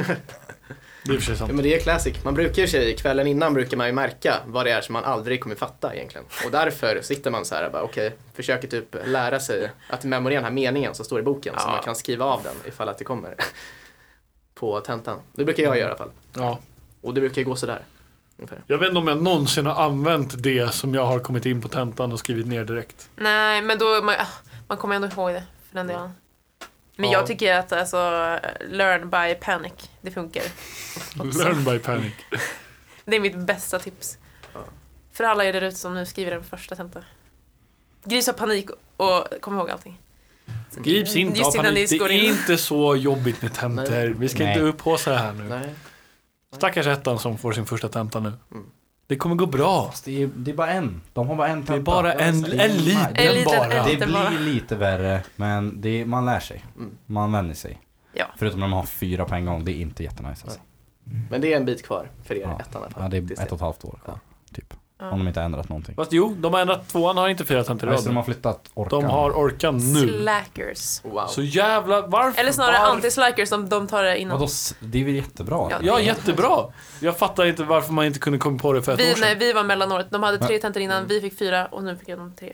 Det är i och för sig Ja, sant. men det är classic. Man brukar ju sig, kvällen innan brukar man ju märka vad det är som man aldrig kommer fatta egentligen. Och därför sitter man så här bara okej, försöker typ lära sig att memorera den här meningen som står i boken så Ja. man kan skriva av den ifall att det kommer på tentan. Det brukar jag göra i alla fall. Ja. Och det brukar ju gå sådär. Ungefär. Jag vet inte om jag någonsin har använt det som jag har kommit in på tentan och skrivit ner direkt. Nej, men då man, ah, man kommer ändå ihåg det för den delen. Men Ja. jag tycker att alltså, learn by panic, det funkar. Learn by panic. Det är mitt bästa tips. För alla er där ute som nu skriver den första tenta. Grisa panik och kom ihåg allting. Grips inte Just av innan panik. ni Det går är in. inte så jobbigt med tentor. Vi ska Nej. inte upphåsa det här nu. Nej. Stackars ettan som får sin första tenta nu. Det kommer gå bra. Det är, det är bara en. De har bara en Det är tenta. bara en, Det är- en liten En liten bara. ett. Det Det bara- blir lite värre, men det är, man lär sig. Mm. Man vänjer sig. Ja. Förutom när man har fyra på en gång, det är inte jättenice alltså. Men det är en bit kvar för er, Ja. ettan i alla fall. Ja, det är Tills ett och ett halvt år kvar, typ. Ja. Om de inte har ändrat någonting. Fast jo, de har ändrat. Tvåan har inte fyra tentor i Ja, så de rad. har flyttat Orkan. De har Orkan nu. Slackers. Wow. Så jävla, varför? Eller snarare varför? anti-slackers som de tar det innan. Vadå, s- det är väl jättebra? Ja. Ja, jättebra. Jag fattar inte varför man inte kunde komma på det för ett år Vi, sedan. nej, vi var mellanåret. De hade tre Ja. tentor innan, vi fick fyra och nu fick jag de tre.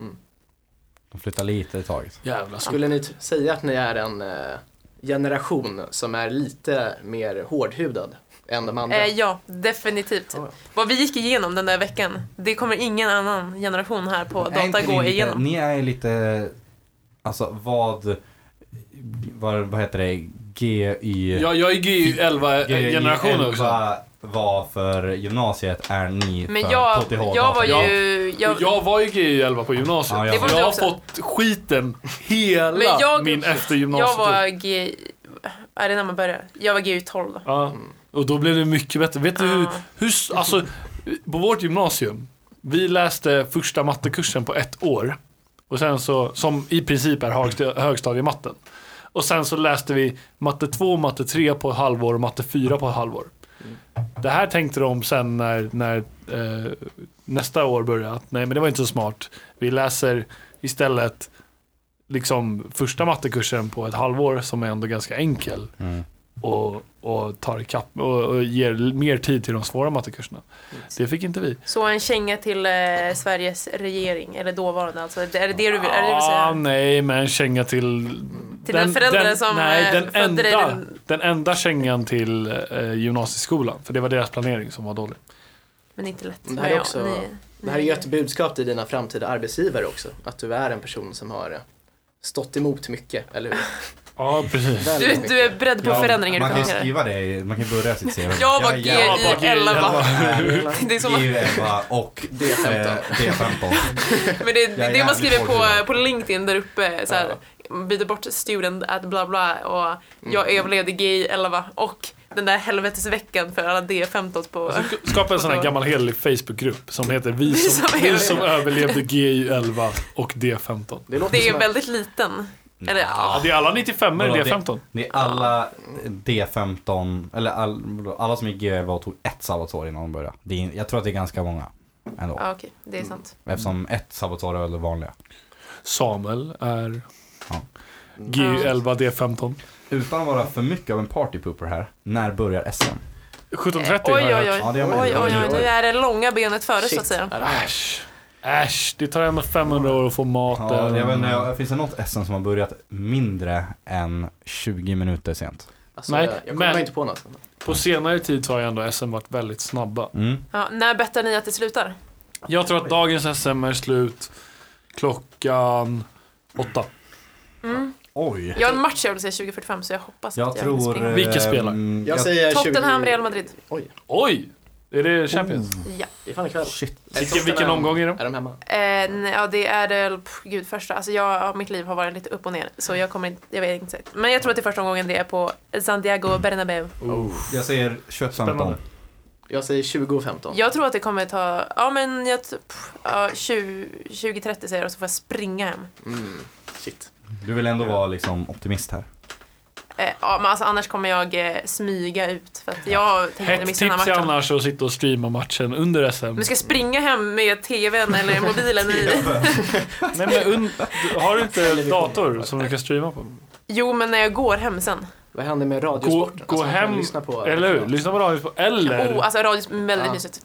De flyttar lite i taget. Jävla så. Skulle ni t- säga att ni är en eh, generation som är lite mer hårdhudad än de andra? Eh, ja, definitivt. Ja. Vad vi gick igenom den där veckan, det kommer ingen annan generation här på Är data inte gå ni lite, igenom. Ni är lite, alltså vad, vad, vad heter det, G Y... Ja, jag är G Y elva G Y generationen också. elva var för gymnasiet är ni Men för jag, K T H. jag var Ja. ju... Jag, Och jag var ju G Y elva på gymnasiet. Ja, jag Det var jag du har också. fått skiten hela Men jag- min efter jag gymnasietid. var G... Är det när man börjar? Jag var G U tolv då. Ja, och då blev det mycket bättre. Vet du hur, Ja. hur, alltså, på vårt gymnasium, vi läste första mattekursen på ett år. Och sen så, som i princip är högst- högstadiematten. Och sen så läste vi matte två, matte tre på ett halvår och matte fyra på ett halvår. Det här tänkte de sen när, när eh, nästa år började. Att, nej, men det var inte så smart. Vi läser istället liksom första mattekursen på ett halvår som är ändå ganska enkel. Mm. Och, och tar ikapp och, och ger mer tid till de svåra mattekurserna. Det fick inte vi. Så en känga till eh, Sveriges regering, eller dåvarande alltså. Är det det du vill, är det det du vill Ah, säga? nej, men känga till... Till den föräldern som, Nej, eh, den födde dig enda, den- den enda kängan till eh, gymnasieskolan. För det var deras planering som var dålig. Men inte lätt. Det här är Men ja, också- ni- Det här är ni- ju ett budskap till dina framtida arbetsgivare också. Att du är en person som har eh, stått emot mycket, eller hur? Ja, precis. Väldigt Du, mycket. du är beredd på förändringar, du man kan kommenterar. skriva det, i- man kan börja sitt C V. Jag var Jag G är bara G I I elva. Det är som, G Y elva och D femton. eh, D femton. men det, det, Jag är det man jävligt skriver hårdhudad. på, på LinkedIn där uppe, så här, byter bort student at bla bla och jag överlevde G I elva och den där helvetesveckan för alla D femton på... Alltså, skapa en sån här gammal helig Facebookgrupp som heter Vi som, som vi som överlevde G Y elva och D femton. Det låter Det är som väldigt liten. Eller Ja, ja. det är alla nittiofem i Vadå, D det- femton. Det är alla D femton, eller all, alla som gick G Y elva tog ett sabbatsår innan de började. Det är, jag tror att det är ganska många ändå. Ja, okej, det är sant. Eftersom ett sabbatsår är väl det vanliga. Samuel är Ja. G Y elva D femton. Utan att vara för mycket av en partypooper här, när börjar S M? sjutton trettio Oj, har jag oj, hört. oj. Ja, det har man- Oj, oj, oj. oj, oj. Nu är det långa benet före så shit. att säga. Är det här? Äsch. Äsch, det tar ändå femhundra år att få maten. Ja, jag vet inte, finns det något S M som har börjat mindre än tjugo minuter sent? Alltså, Nej, jag jag kommer men- inte på något. På senare tid så har ju ändå S M varit väldigt snabba. Mm. Ja, när bettar ni att det slutar? Jag tror att dagens S M är slut klockan åtta. Mm. Oj. Jag har en match jag vill säga tjugo fyrtiofem så jag hoppas Jag att jag hinner tror... springa. Vilka spelar? ehm, Jag säger Tottenham, tjugo... Real Madrid. Oj, Oj! Är det Champions? Ja. det är fan ikväll. Shit. Är Vilken, Tottenham- vilken omgång är det? Är de hemma? Eh, nej, ja, det är det, pff, gud första. Alltså jag, mitt liv har varit lite upp och ner så jag kommer inte, jag vet inte exakt. Men jag tror att det är första gången det är på Santiago Bernabéu. Jag säger tjugoett femton. Spännande. Jag säger tjugo femton. Jag tror att det kommer ta, ja men jag, t- pff, ja, tjugo trettio säger jag och så får jag springa hem. Mm. Shit. Du vill ändå vara liksom optimist här. Eh, ja men alltså annars kommer jag eh, smyga ut för att jag tänker inte Hett missa den här tips är matchen. annars att sitta och streama matchen under S M. Men ska jag springa hem med tvn eller mobilen i? Nej, men un- har du inte dator som du kan streama på? Jo men när jag går hem sen. Vad händer med Gå, radiosporten? gå Alltså, man kan hem, lyssna på, eller hur? Lyssna på radio på, eller, Oh, alltså radio är väldigt Ja. mysigt.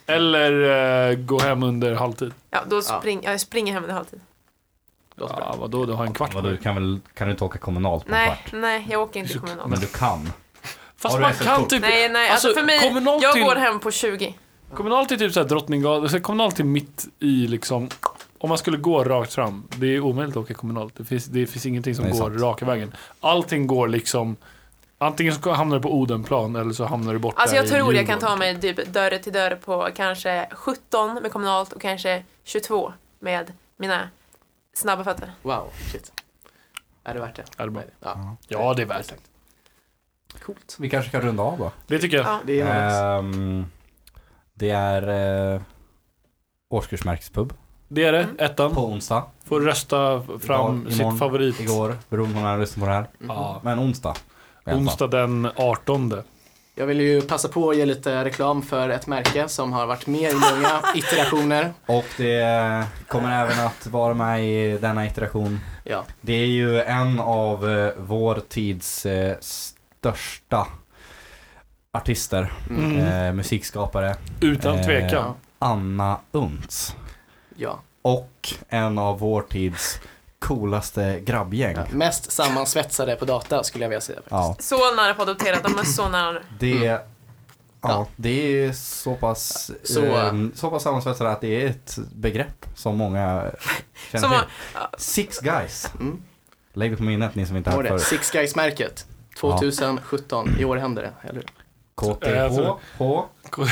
eller eh, gå hem under halvtid. Ja, då Ja. spring, jag springer hem under halvtid. Låter bra. Ja, vadå, du har en kvart Vadå, på du dig. kan väl, kan du inte åka kommunalt på en Nej, kvart? nej, jag åker inte kommunalt. Men du kan. Fast Har du man S M kan kort? typ... Nej, nej, alltså, Alltså, för mig, kommunalt jag till- går hem på tjugo. Kommunalt är typ såhär Drottninggatan, alltså kommunalt är mitt i liksom om man skulle gå rakt fram, det är omöjligt att åka kommunalt. Det finns, det finns ingenting som Det är går sant. raka vägen. Allting går liksom, antingen så hamnar du på Odenplan eller så hamnar du borta Alltså jag i tror jag kan Djurgården. ta mig typ dörr till dörr på kanske sjutton med kommunalt och kanske tjugotvå med mina snabba fötter. Wow, shit. Är det värt det? Är det bra? Ja, Ja, det är värt det. coolt. Vi kanske kan runda av då. Det tycker jag. Ja. Det är uh, Ehm, det är uh, årskursmärkespub Det är det, Mm. ettan. på onsdag. Får rösta fram Idag, sitt imorgon, favorit. Igår, beroende på när jag lyssnar på det här. Ja. Men onsdag. i alla fall. Onsdag den artonde. Jag vill ju passa på att ge lite reklam för ett märke som har varit med i många iterationer. Och det kommer även att vara med i denna iteration. Ja, Det är ju en av eh, vår tids eh, största artister, Mm. eh, musikskapare, Utan Eh, tvekan. ja, Anna Untz. ja. Och en av vår tids coolaste grabbgäng. ja. Mest sammansvetsade på data skulle jag vilja säga. Faktiskt. Ja, Så nära på att adoptera, de är så nära nu. det, Mm. ja, Ja. det är så pass, Så- eh, så pass sammansvetsade att det är ett begrepp som många känner Som, till. ja, Six guys. Mm. Lägg det på minnet, ni som inte har Var hört det? förut. Six Guys-märket. tjugosjutton, i år händer det, eller hur? K T Eh, H så- H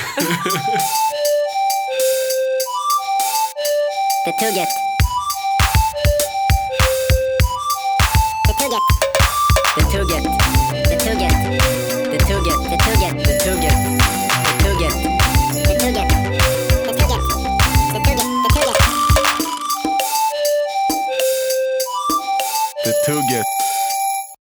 Det tugget. Det tugget. Det tugget. Det tugget. Det tugget. Det tugget. Det tugget. Det tugget. Det tugget. Det tugget. Det tugget. Det tugget. Det tugget.